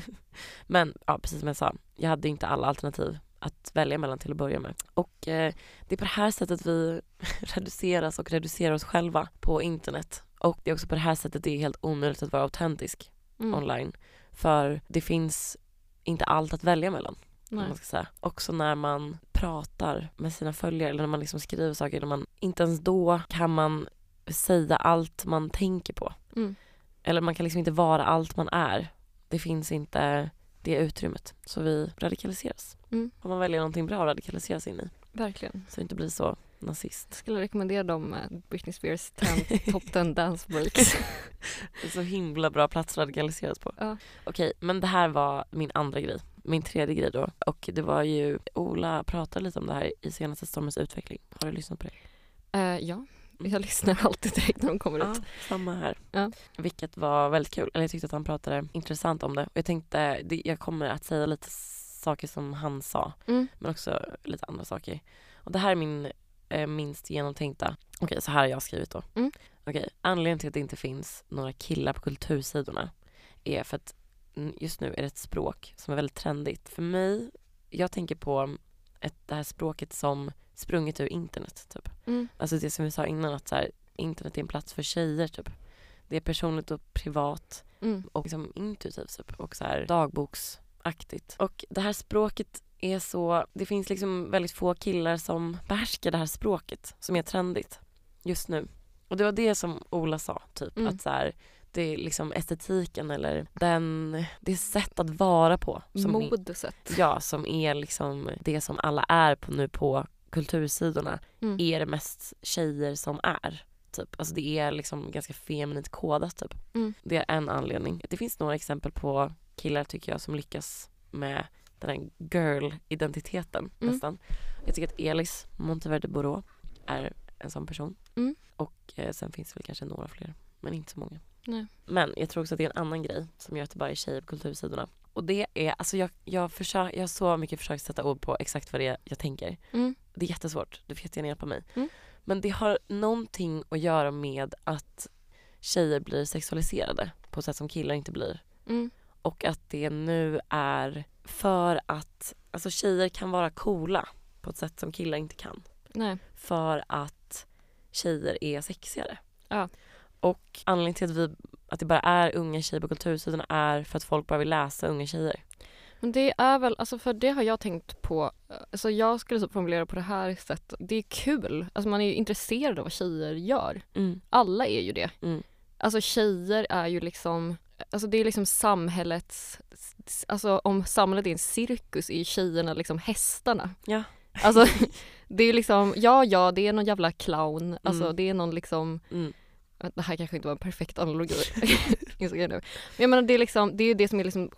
Men ja, precis som jag sa, jag hade inte alla alternativ att välja mellan till att börja med. Och eh, det är på det här sättet vi reduceras och reducerar oss själva på internet. Och det är också på det här sättet det är helt omöjligt att vara autentisk Mm. online. För det finns inte allt att välja mellan. om Nej. Man ska säga. Också när man pratar med sina följare eller när man liksom skriver saker. När man, inte ens då kan man säga allt man tänker på. Mm. Eller man kan liksom inte vara allt man är. Det finns inte det utrymmet. Så vi radikaliseras. Mm. Om man väljer någonting bra att radikaliseras in i. Verkligen. Så det inte blir så nazist. Jag skulle rekommendera dem uh, Britney Spears ten, Top ten Dance Breaks. Det är så himla bra plats att radikaliseras på. Ja. Okej, men det här var min andra grej. Min tredje grej då. Och det var ju, Ola pratade lite om det här i senaste Stormens utveckling. Har du lyssnat på det? Uh, ja, jag lyssnar alltid direkt när de kommer Ja, ut. samma här. Ja. Vilket var väldigt kul. Eller jag tyckte att han pratade intressant om det. Och jag tänkte, det, jag kommer att säga lite saker som han sa. Mm. Men också lite andra saker. Och det här är min eh, minst genomtänkta. Okej, så här har jag skrivit då. Mm. Okej, anledningen till att det inte finns några killar på kultursidorna är för att just nu är det ett språk som är väldigt trendigt. För mig, jag tänker på ett, det här språket som sprungit ur internet typ. Mm. Alltså det som vi sa innan att så här, internet är en plats för tjejer typ. Det är personligt och privat Mm. och liksom intuitivt typ. Och så här dagboksaktigt. Och det här språket är så, det finns liksom väldigt få killar som behärskar det här språket som är trendigt just nu. Och det var det som Ola sa typ. Mm. Att så här, det är liksom estetiken eller den, det är sätt att vara på. Som Modesätt. Är, ja, som är liksom det som alla är på nu på kultursidorna. Mm. Är det mest tjejer som är. Typ. Alltså det är liksom ganska feminint kodat typ. Mm. Det är en anledning. Det finns några exempel på killar tycker jag som lyckas med den här girl-identiteten Mm. nästan. Jag tycker att Elis Monteverde Borå är en sån person. Mm. Och eh, sen finns det väl kanske några fler. Men inte så många. Nej. Men jag tror också att det är en annan grej som gör att det bara är tjejer på kultursidorna. Och det är, alltså jag, jag, försök, jag har så mycket försökt sätta ord på exakt vad det är jag tänker. Mm. Det är jättesvårt, du får jättegärna hjälpa mig. Mm. Men det har någonting att göra med att tjejer blir sexualiserade på ett sätt som killar inte blir. Mm. Och att det nu är för att, alltså tjejer kan vara coola på ett sätt som killar inte kan. Nej. För att tjejer är sexigare. Ja. Och anledningen till att, vi, att det bara är unga tjejer på kultursidorna är för att folk bara vill läsa unga tjejer. Men det är väl, alltså för det har jag tänkt på, alltså jag skulle så formulera på det här sättet, det är kul, alltså man är ju intresserad av vad tjejer gör. Mm. Alla är ju det. Mm. Alltså tjejer är ju liksom, alltså det är liksom samhällets, alltså om samhället är en cirkus är tjejerna liksom hästarna. Ja. Alltså det är ju liksom, ja ja det är någon jävla clown, alltså Mm. det är någon liksom, Mm. det här kanske inte var en perfekt analogi. Insåg jag nu. Men jag menar, det är liksom, det är ju det som är liksom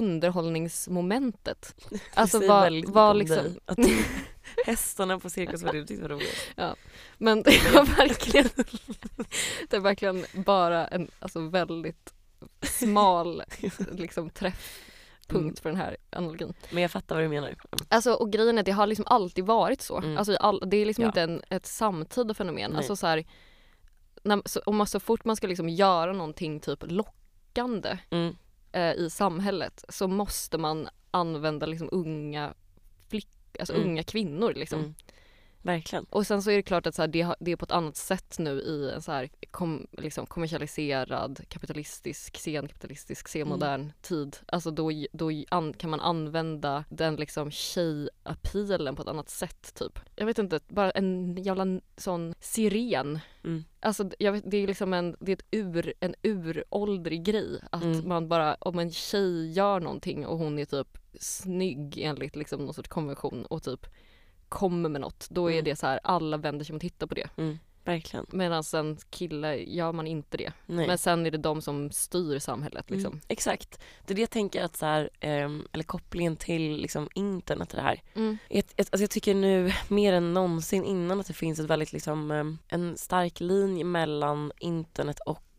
underhållningsmomentet. Alltså det vad, väldigt vad mycket om liksom, dig. Att hästarna på cirkus var det du tyckte var roligt. ja. Men det var verkligen, det är verkligen bara en alltså väldigt smal liksom träffpunkt för den här analogin. Men jag fattar vad du menar. Alltså, och grejen är att det har liksom alltid varit så. Mm. Alltså, all, det är liksom Ja. inte en, ett samtida fenomen. Nej. Alltså, så här, när, så, om man, så fort man ska liksom göra någonting typ lockande Mm. eh, i samhället så måste man använda liksom unga flick, alltså Mm. unga kvinnor liksom. Mm. Verkligen. Och sen så är det klart att så här, det, har, det är på ett annat sätt nu i en så här kom, liksom kommersialiserad, kapitalistisk, senkapitalistisk, senmodern tid. Alltså då, då an, kan man använda den liksom tjejappealen på ett annat sätt typ. Jag vet inte, bara en jävla sån siren. Mm. Alltså jag vet, det är liksom en, det är ett ur, en uråldrig grej att Mm. man bara, om en tjej gör någonting och hon är typ snygg enligt liksom någon sorts konvention och typ kommer med något, då är Mm. det så här, alla vänder sig om att titta på det. Mm. Verkligen. Medan en kille gör man inte det. Nej. Men sen är det de som styr samhället liksom. Mm. Exakt. Det är det jag tänker att så här, ehm, eller kopplingen till liksom internet och det här. Mm. Jag, jag, alltså jag tycker nu mer än någonsin innan att det finns ett väldigt liksom, ehm, en stark linje mellan internet och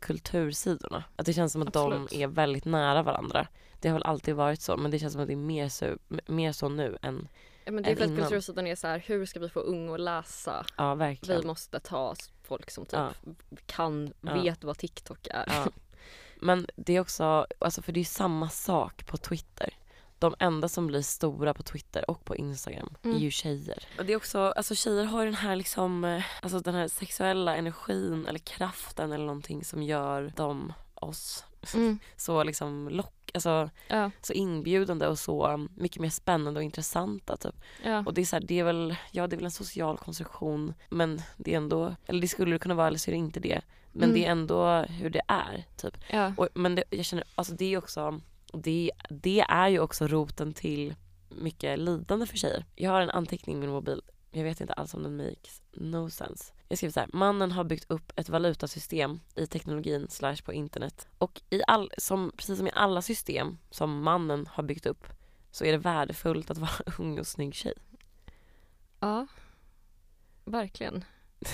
kultursidorna. Att det känns som att Absolut. de är väldigt nära varandra. Det har väl alltid varit så, men det känns som att det är mer så, mer så nu än Ja, men det är för att innan. kultursidan är så här, hur ska vi få unga att läsa? ja, verkligen. Vi måste ta folk som typ Ja. kan, Ja. vet vad TikTok är. Ja. Men det är också, alltså för det är samma sak på Twitter. De enda som blir stora på Twitter och på Instagram Mm. är ju tjejer. Och det är också, alltså tjejer har den här liksom, eh, alltså den här sexuella energin eller kraften eller någonting som gör dem, oss, Mm. så liksom lock, alltså Ja, så inbjudande och så mycket mer spännande och intressanta typ. ja. Och det är så här, det är väl, ja det är väl en social konstruktion, men det är ändå, eller det skulle det kunna vara eller så är det inte det. Men Mm. det är ändå hur det är typ. ja. Och, men det, jag känner, alltså det är också, det, det är ju också roten till mycket lidande för tjejer. Jag har en anteckning i min mobil, jag vet inte alls om den makes no sense. Jag skriver så här: mannen har byggt upp ett valutasystem i teknologin slash på internet. Och i all, som, precis som i alla system som mannen har byggt upp så är det värdefullt att vara ung och snygg tjej. Ja, verkligen.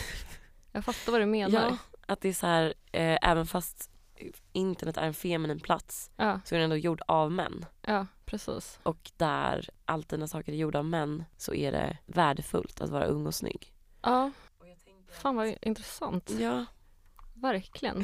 Jag fattar vad du menar. Ja, att det är så här, eh, även fast internet är en feminin plats Ja, så är den ändå gjord av män. ja, precis. Och där alltid när saker är gjorda av män så är det värdefullt att vara ung och snygg. Ja, fan vad intressant. Ja. Verkligen.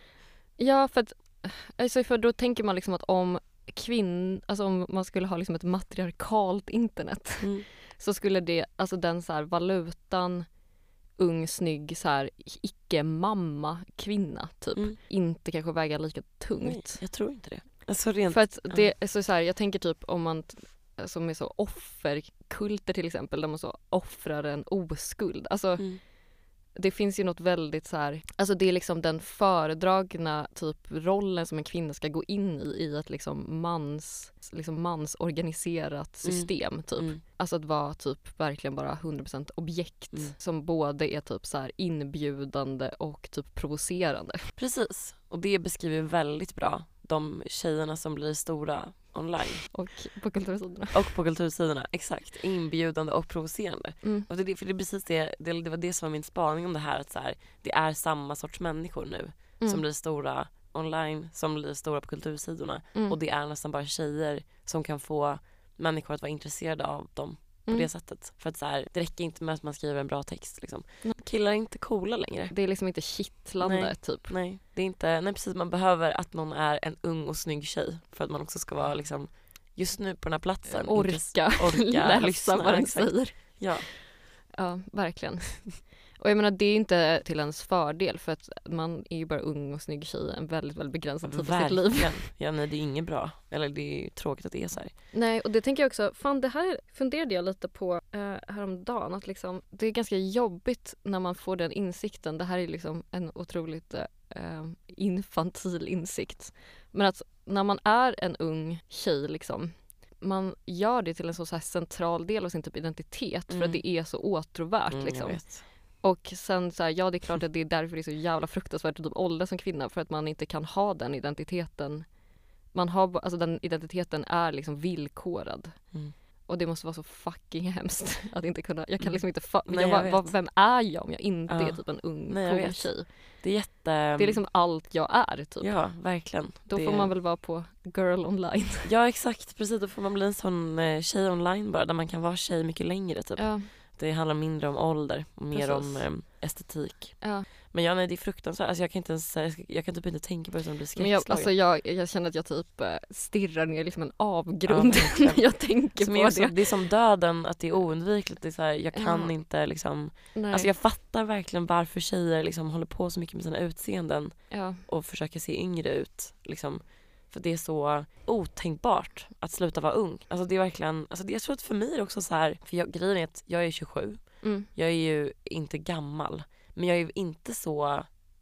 Ja, för att alltså för då tänker man liksom att om kvinn, alltså om man skulle ha liksom ett matriarkalt internet Mm. så skulle det, alltså den så här valutan ung, snygg, så här icke-mamma kvinna typ, Mm. inte kanske väga lika tungt. Nej, jag tror inte det. Alltså rent, För att det är så, så här, jag tänker typ om man t- som är så offerkulter till exempel, där man så offrar en oskuld. Alltså mm. det finns ju något väldigt så här, alltså det är liksom den föredragna typ rollen som en kvinna ska gå in i, i ett liksom mans, liksom mansorganiserat system typ. Mm. Alltså att vara typ verkligen bara hundra procent objekt Mm. som både är typ så här inbjudande och typ provocerande. Precis. Och det beskriver väldigt bra de tjejerna som blir stora online Och på kultursidorna. och på kultursidorna. Exakt. Inbjudande och provocerande. Mm. Och det, för det är precis det, det, det var det som var min spaning om det här, att så här, det är samma sorts människor nu Mm. som blir stora online, som blir stora på kultursidorna. Mm. Och det är nästan bara tjejer som kan få människor att vara intresserade av dem på Mm. det sättet. För att så här, det räcker inte med att man skriver en bra text. Liksom. Nej. Killar är inte coola längre. Det är liksom inte kittlande Nej. typ. Nej, det är inte, nej precis, man behöver att någon är en ung och snygg tjej för att man också ska vara liksom, just nu på den här platsen. Orka, intress- orka läsa lyssna, vad den exakt. säger. Ja. Ja, verkligen. Och jag menar, det är inte till ens fördel för att man är ju bara ung och snygg tjej en väldigt, väldigt begränsad tid av sitt liv. Verkligen. Ja, nej, det är inget bra. Eller det är ju tråkigt att det är så här. Nej, och det tänker jag också, fan det här funderade jag lite på eh, häromdagen, att liksom, det är ganska jobbigt när man får den insikten. Det här är liksom en otroligt eh, infantil insikt. Men att när man är en ung tjej liksom, man gör det till en så, så här central del av sin typ identitet för Mm. att det är så åtråvärt Mm, liksom. jag vet. Och sen så här, ja det är klart att det är därför det är så jävla fruktansvärt att typ åldras som kvinna, för att man inte kan ha den identiteten. Man har, ba- alltså den identiteten är liksom villkorad. Mm. Och det måste vara så fucking hemskt att inte kunna, jag kan Mm. liksom inte, fa- Nej, jag jag bara, vet. vad, vem är jag om jag inte Ja. är typ en ung Nej, jag cool vet. tjej? Det är jätte... Det är liksom allt jag är typ. Ja, verkligen. Då det... får man väl vara på girl online. Ja, exakt. Precis, då får man bli en sån eh, tjej online bara, där man kan vara tjej mycket längre typ. Ja, Det handlar mindre om ålder och mer Precis. om eh, estetik. ja. Men ja, nej, det är fruktansvärt. Alltså, jag kan inte ens, jag, ska- jag kan typ inte tänka på det som blir Men jag, skräckslagen. alltså jag, jag känner att jag typ eh, stirrar ner liksom en avgrund Ja, verkligen. när jag tänker Som på är också, det. det är som döden, att det är oundvikligt. Det är så här, jag kan Ja. inte liksom... Nej. Alltså jag fattar verkligen varför tjejer liksom håller på så mycket med sina utseenden ja. och försöker se yngre ut. Liksom. För det är så otänkbart att sluta vara ung. Alltså det är verkligen... Alltså det, jag tror att för mig är det också så här... För jag, grejen är att jag är tjugosju. Mm. Jag är ju inte gammal. Men jag är ju inte så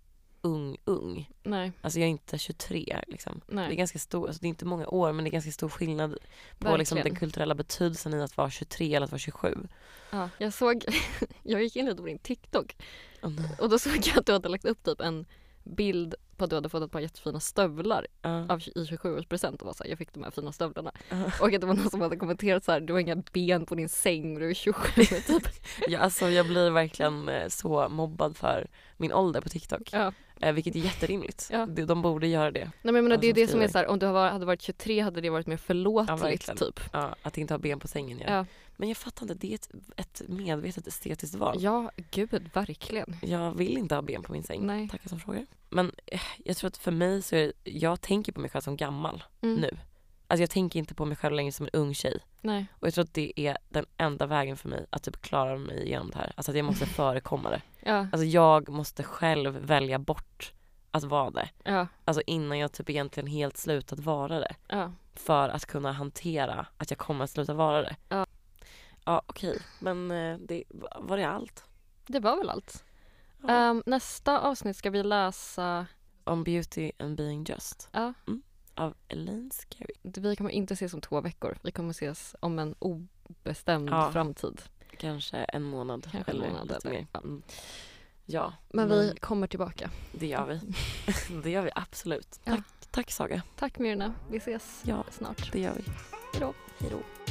ung, ung. Nej, Alltså jag är inte tjugotre liksom. nej. Det är ganska stor, alltså det är inte många år, men det är ganska stor skillnad på liksom Verkligen. den kulturella betydelsen i att vara tjugotre eller att vara tjugosju. Ja, jag såg, jag gick in lite på din TikTok Oh, nej. och då såg jag att du hade lagt upp typ en bild på att du hade fått ett par jättefina stövlar Ja. av, i tjugosjuårspresent och var så här, jag fick de här fina stövlarna. Ja. Och att det var någon som hade kommenterat så här, du har inga ben på din säng och du är tjugosju typ. Ja, alltså jag blir verkligen eh, så mobbad för min ålder på TikTok. Ja. Eh, vilket är jätterimligt. Ja. De, de borde göra det. Nej, men jag menar, det är Alltså, det som är skriver. så här, om du var- hade varit tjugotre hade det varit mer Ja, förlåtligt verkligen. typ. Ja, att inte ha ben på sängen. Ja. Ja. Men jag fattar inte, det är ett, ett medvetet estetiskt val. ja, gud, verkligen. Jag vill inte ha ben på min säng. Nej. Tackar som frågar. Men eh, jag tror att för mig så är det, jag tänker på mig själv som gammal Mm. nu. Alltså jag tänker inte på mig själv längre som en ung tjej. Nej. Och jag tror att det är den enda vägen för mig att typ klara mig igenom det här. Alltså att jag måste förekomma det. Ja, Alltså jag måste själv välja bort att vara det. ja, Alltså innan jag typ egentligen helt slutat vara det. ja. För att kunna hantera att jag kommer att sluta vara det. Ja. Ja, okej. Men eh, det, var det allt? Det var väl allt. Ja. Ehm, nästa avsnitt ska vi läsa... On Beauty and Being Just. Ja, Av Elaine Scarry. vi kommer inte ses om två veckor. Vi kommer ses om en obestämd Ja. framtid. Kanske en månad. Kanske en eller månad lite eller- mer. ja. Mm. Ja, Men vi kommer tillbaka. det gör vi. Det gör vi absolut. Ja. Tack, tack Saga. Tack Myrna. Vi ses Ja, snart. det gör vi. Hej då. Hej då.